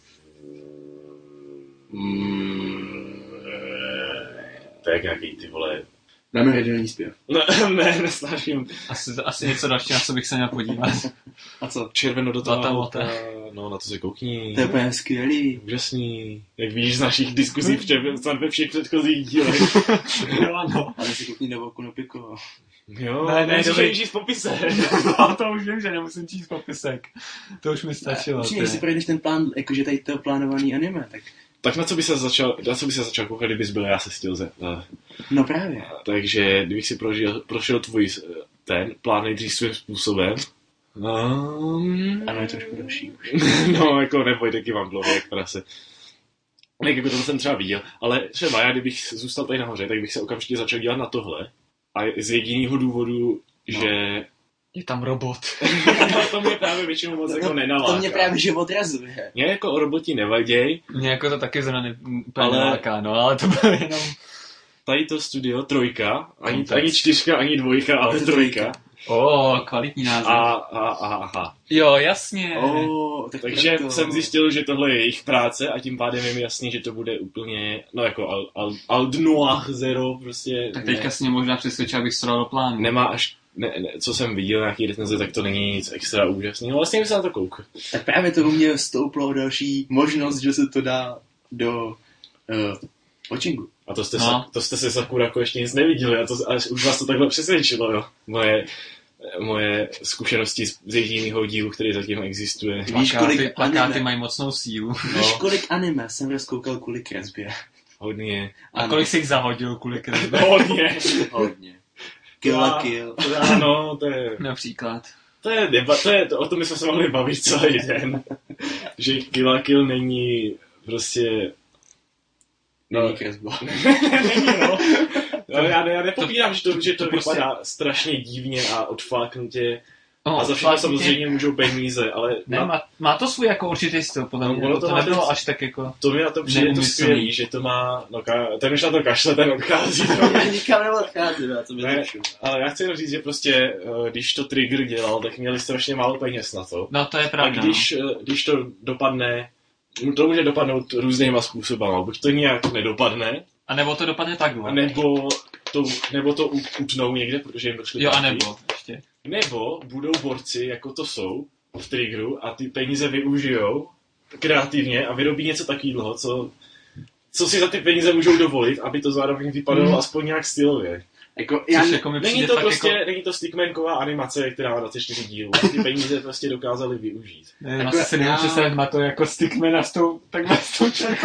S2: Mm, to je jak nějaký ty vole...
S1: Dáme regionální zpěv.
S2: Ne, ne, nesnažím.
S4: Asi, asi něco dalšího, na co bych se měl podívat.
S1: A co?
S2: Červeno do toho.
S4: Vatamote.
S2: No, na to se koukni.
S1: To je úplně skvělý.
S2: Úžasný. Jak víš z našich diskuzí snad ve všech předchozích dílech.
S4: Jo, ano.
S1: Ale si koukni do Boku no Pico.
S2: Jo,
S4: ne, ne,
S2: musíš
S4: dobrý.
S2: číst popise.
S4: No, to už vím, že nemusím číst popisek. To už mi stačilo.
S1: Určitě, když si projdeš ten plán, jakože tady to plánovaný anime, tak...
S2: Tak na co by se začal, na co by se začal koukat, kdybys byl já se styl ze...
S1: No právě.
S2: Takže, kdybych si prožil, prošel tvůj ten plán nejdřív svým způsobem. Um...
S1: Ano, je trošku další už.
S2: No, jako neboj, taky mám dlouho, jak prase. Tak jako to jsem třeba viděl, ale třeba já, kdybych zůstal tady nahoře, tak bych se okamžitě začal dělat na tohle. A z jediného důvodu, no. že
S4: Je tam robot.
S2: No, to mě právě většinou moc jako nenaláká.
S1: To mě právě že odrazuje.
S2: Mě jako roboti nevaděj.
S4: Mě jako to taky zrovna ne, úplně
S2: Ale-
S4: neláká, no, ale to bylo jenom...
S2: Tady to studio, trojka, ani,
S4: No, tak.
S2: ani čtyřka, ani dvojka, ale trojka.
S4: O, kvalitní
S2: A,
S4: název.
S2: a, a, aha.
S4: Jo, jasně.
S1: Oh, tak
S2: Takže
S1: to...
S2: jsem zjistil, že tohle je jejich práce a tím pádem je mi jasný, že to bude úplně, no jako al, al, al noir zero, prostě
S4: Tak teďka
S2: ne,
S4: si mě možná přesvědčil, abych strodal do plánu.
S2: nemá až, ne, ne, co jsem viděl, nějaký recenze, tak to není nic extra úžasného, vlastně bych se na to koukl.
S1: Tak právě to u mě stouplo další možnost, že se to dá do uh, watchingu.
S2: A to jste,
S4: No.
S2: no. to jste se Sakura jako ještě nic neviděli a to, až už vás to takhle přesvědčilo, jo. Moje, moje zkušenosti z, z jediného dílu, který zatím existuje.
S1: Víš,
S4: Plakáty,
S1: kolik
S4: plakáty
S1: anime?
S4: mají mocnou sílu.
S1: Víš, kolik anime jsem rozkoukal kvůli kresbě?
S2: Hodně.
S4: A kolik jsi jich zahodil kvůli kresbě?
S2: Hodně.
S1: Hodně. Kill la kill.
S2: Ano, to je...
S4: Například.
S2: To je, deba, to je, to, o tom my jsme se mohli bavit celý den. Že Kill la Kill není prostě...
S1: Není kresba.
S2: Není, no. Ale já, já nepopírám, že to, že to,
S4: to prostě-
S2: vypadá strašně divně a odfláknutě.
S4: No,
S2: A za všechno
S4: fakt
S2: samozřejmě můžou peníze, ale
S4: Ne,
S2: na,
S4: má, má to svůj jako určitý styl, podle
S2: No,
S4: mě.
S2: ono
S4: To,
S2: to
S4: to
S2: má
S4: nebylo
S2: ten-
S4: až tak jako...
S2: to mi na to přijde to
S4: Neumyslný.
S2: skvělý, že to má, no ka, ten už na to kašle, ten odchází.
S1: Já nikam neodcházím, já to
S2: Ne,
S1: vylepšu.
S2: ale já chci jenom říct, že prostě, eh, když to Trigger dělal, tak měli strašně málo peněz na to.
S4: No to je
S2: A
S4: pravda.
S2: když, eh, když to dopadne, to může dopadnout různýma způsobama. Buď to nějak nedopadne,
S4: no. A nebo to dopadne takhle.
S2: nebo to, nebo to ut- utnou někde, protože jim došly
S4: Jo, a
S2: prachy.
S4: nebo ještě.
S2: Nebo budou borci, jako to jsou v Triggeru, a ty peníze využijou kreativně a vyrobí něco takového, co, co si za ty peníze můžou dovolit, aby to zároveň vypadalo
S4: Hmm.
S2: aspoň nějak stylově.
S1: Jako, já,
S4: Což jako mi
S2: Není
S4: přijde
S2: to
S4: fakt
S2: prostě,
S4: jako...
S2: není to stickmanková animace, která má dvacet čtyři dílů. Ty peníze prostě dokázali využít.
S4: Ne,
S1: Jako
S4: asi se
S1: já-
S4: nemůžu představit, má to jako stickmana s tou, takhle s tou čerkou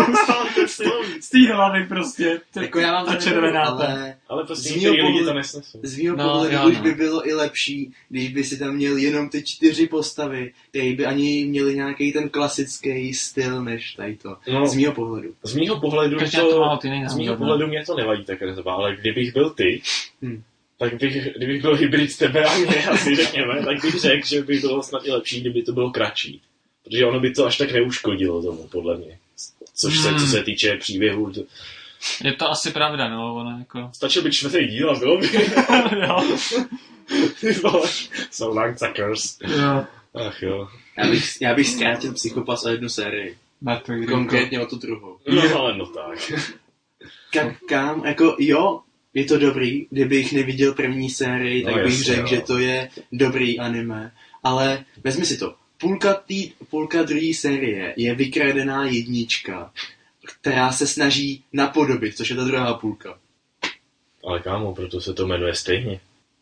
S4: z té hlavy prostě. To,
S1: jako já mám
S4: ta
S1: to
S4: červená
S1: nebudu,
S4: ta.
S1: ale
S2: Ale prostě
S1: Z mýho
S2: některý lidi
S1: pohledu-
S2: to nesnesou.
S1: z mýho
S4: No,
S1: pohledu
S4: jo,
S1: už
S4: no.
S1: by bylo i lepší, když by si tam měl jenom ty čtyři postavy, které by ani měly nějaký ten klasický styl než tady to.
S2: No,
S1: Z mýho pohledu.
S2: z mýho pohledu
S4: Každá to má
S2: to,
S4: ty jiný
S2: z mýho
S4: názor, no.
S2: pohledu mě to nevadí tak rezba, ale kdybych byl ty,
S1: Hmm.
S2: tak bych, kdybych byl hybrid tebe a mě, asi řekněme, tak bych řekl, že by bylo snad i lepší, kdyby to bylo kratší. Protože ono by to až tak neuškodilo tomu, podle mě. Což se,
S4: Hmm.
S2: co se týče příběhu, to...
S4: Je to asi pravda, no, ono jako...
S2: stačil by čtvrtý díl a bylo by.
S4: jo.
S2: Ty vole, so long suckers.
S4: jo.
S2: Ach jo.
S1: Já bych, já bych zkrátil Psychopass o jednu sérii.
S4: Na to jde.
S1: Konkrétně o tu druhou.
S2: No ale no tak.
S1: Kam, kam, jako jo, je to dobrý, kdybych neviděl první sérii,
S2: No
S1: tak bych
S2: jasně,
S1: řekl,
S2: jo.
S1: že to je dobrý anime. Ale vezmi si to, půlka, tý, půlka druhé série je vykradená jednička, která se snaží napodobit, což je ta druhá půlka.
S2: Ale kámo, proto se to jmenuje stejně.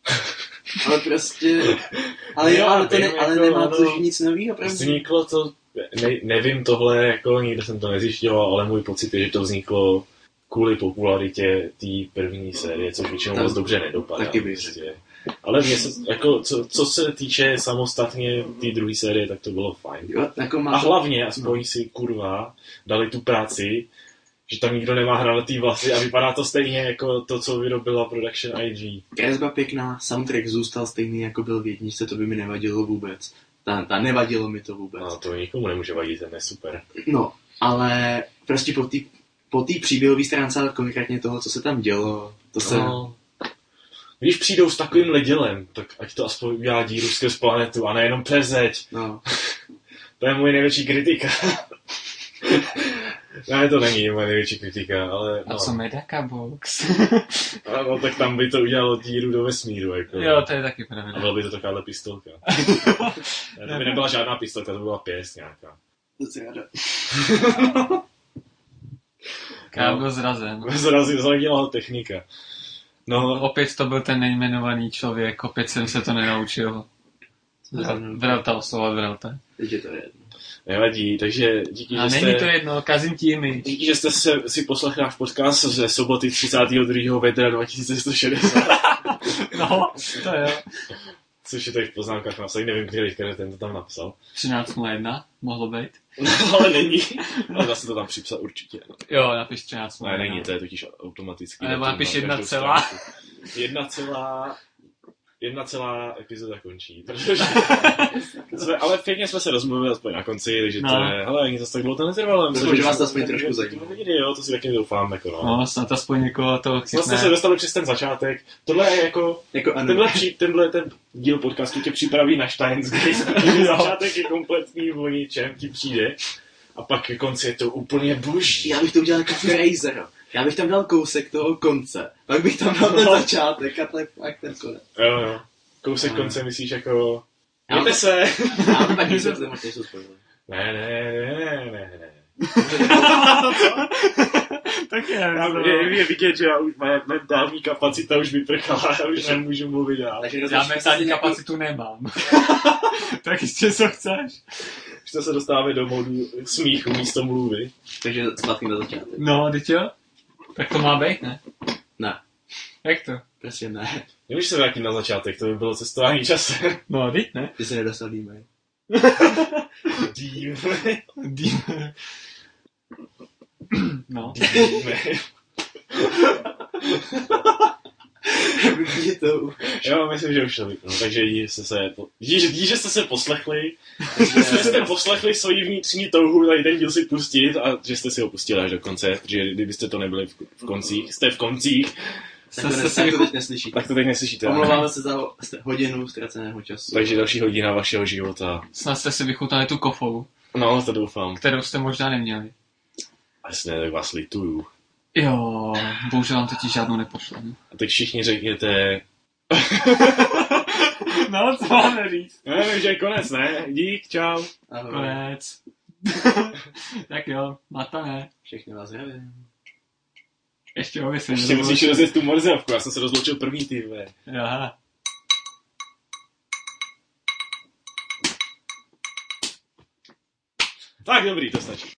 S1: Ale prostě, ale
S2: Já
S1: jo, ale, to
S2: vím,
S1: ne, ale
S2: jako
S1: nemá
S2: ono
S1: to nic nového, pravda?
S2: Vzniklo to, ne, nevím tohle, jako nikdy jsem to nezjišťoval, ale můj pocit je, že to vzniklo kvůli popularitě té první série, což většinou
S1: Tam-
S2: moc dobře nedopadá.
S1: taky bych
S2: prostě. Ale mě se, jako, co, co se týče samostatně té druhé série, tak to bylo fajn.
S1: Jo, jako má
S2: A
S1: to-
S2: hlavně, aspoň si kurva, dali tu práci, že tam nikdo nemá hranatý vlasy a vypadá to stejně jako to, co vyrobila Production I G.
S1: kresba pěkná, soundtrack zůstal stejný, jako byl v jedničce, to by mi nevadilo vůbec. Ta, ta nevadilo mi to vůbec.
S2: A to nikomu nemůže vadit, ten je super.
S1: No, ale prostě po té po té příběhové stránce, ale konkrétně toho, co se tam dělo, to se...
S2: No. Když přijdou s takovýmhle dělem, tak ať to aspoň udělá díru skrz planetu a nejenom přes zeď.
S1: No.
S2: To je moje největší kritika. Ne, to není moje největší kritika, ale
S4: A
S2: no.
S4: co Medaka Box?
S2: No, tak tam by to udělalo díru do vesmíru. Jako.
S4: jo, to je taky
S2: A
S4: pravda.
S2: byla by to takováhle pistolka. Ne, to by nebyla žádná pistolka, to byla pěst nějaká.
S1: Zrada.
S4: Já byl zrazen.
S2: Zrazil, zradila ho technika. No,
S4: Opět to byl ten nejmenovaný člověk, opět jsem se to nenaučil. Vrelta oslovat Vrelta.
S1: Teď je to jedno.
S2: nevadí, takže díky,
S4: A
S2: že
S4: není
S2: jste...
S4: to jedno, kazím ti mi.
S2: Díky, že jste se, si poslechli náš podcast ze soboty třicátého druhého vedra dva tisíce sto šedesát.
S4: No, to jo.
S2: Což je tady v poznámkách napsaný, nevím, který, který ten to tam napsal.
S4: třináct nula jedna, mohlo být.
S2: No, ale není. Ale zase to tam připsal určitě.
S4: Jo, napiš třináct nula
S2: Ale
S4: jedna.
S2: není, to je totiž automaticky.
S4: A nebo
S2: datum
S4: napiš
S2: na
S4: jedna
S2: každou
S4: celá.
S2: stránku. Jedna celá... jedna celá epizoda končí, protože jsme, ale pěkně jsme se rozmluvili aspoň na konci, takže
S4: no.
S2: to je, hele, ani zase tak dlouho to netrvalo.
S1: Protože vás to aspoň trošku zajímalo.
S2: Jo, to si taky doufám, jako no.
S4: No, snad aspoň někoho to chytne.
S2: Vlastně se dostali přes ten začátek. Tohle je jako,
S1: Jako
S2: tenhle, při, tenhle ten díl podcastu tě připraví na Steins Gate. Začátek je kompletní o ničem, ti přijde. A pak ke konci je to úplně boží.
S1: Já bych to udělal jako Fraser. Já bych tam dal kousek toho konce. Pak bych tam dal ten začátek a to je fakt ten konec.
S2: Jo, jo. Kousek no. konce myslíš jako...
S1: Já
S2: Mějte
S1: to-
S2: se!
S1: Já to taky jsem zde možná jsou spojili.
S2: Ne, ne, ne, ne, ne.
S4: Tak je,
S2: Já,
S4: no.
S2: je, je vidět, že já už moje mentální kapacita už vyprchala, já už nemůžu mluvit dál.
S1: Takže
S4: Já mentální kapacitu nemám. Tak ještě co chceš.
S2: Už to se dostáváme do modu smíchu místo mluvy.
S1: Takže zpátky na začátek.
S4: No, teď jo? Tak to má být, ne?
S1: Ne,
S4: Jak to?
S1: prostě ne.
S2: Nemůžeš se vrátit na začátek, to by bylo cestování časem.
S4: No, teď ne.
S1: Ty se nedostal e-mail.
S2: Dím.
S4: Dí- No.
S1: Vidíte to.
S2: Jo, myslím, že už to vypnu. Takže díky, jste se, po... díky, díky, že jste se poslechli. Že jste poslechli svoji vnitřní touhu tady ten díl si pustit a že jste si ho pustili až do konce, protože kdybyste to nebyli v, v koncích, jste v koncích,
S1: Tak to, ne, tak to teď neslyšíte.
S2: tak to teď neslyšíte.
S1: Omlouváme se za hodinu ztraceného času.
S2: Takže další hodina vašeho života.
S4: Snad jste si vychutnali tu kofou,
S2: No, to doufám.
S4: kterou jste možná neměli.
S2: Jasně, tak vás lituju.
S4: Jo, bohužel vám totiž žádnou nepošlem.
S2: A teď všichni řekněte...
S4: No, co máme říct?
S2: Já nevím, že je konec, ne? Dík, čau.
S1: Ahoj.
S4: Konec. Tak jo, Mata ne.
S1: Všechny vás zdravím.
S4: Ještě ho vysvětlím.
S2: Ještě musíš rozjet tu morzovku, já jsem se rozloučil první, ty ve.
S4: Aha.
S2: Tak dobrý, to stačí.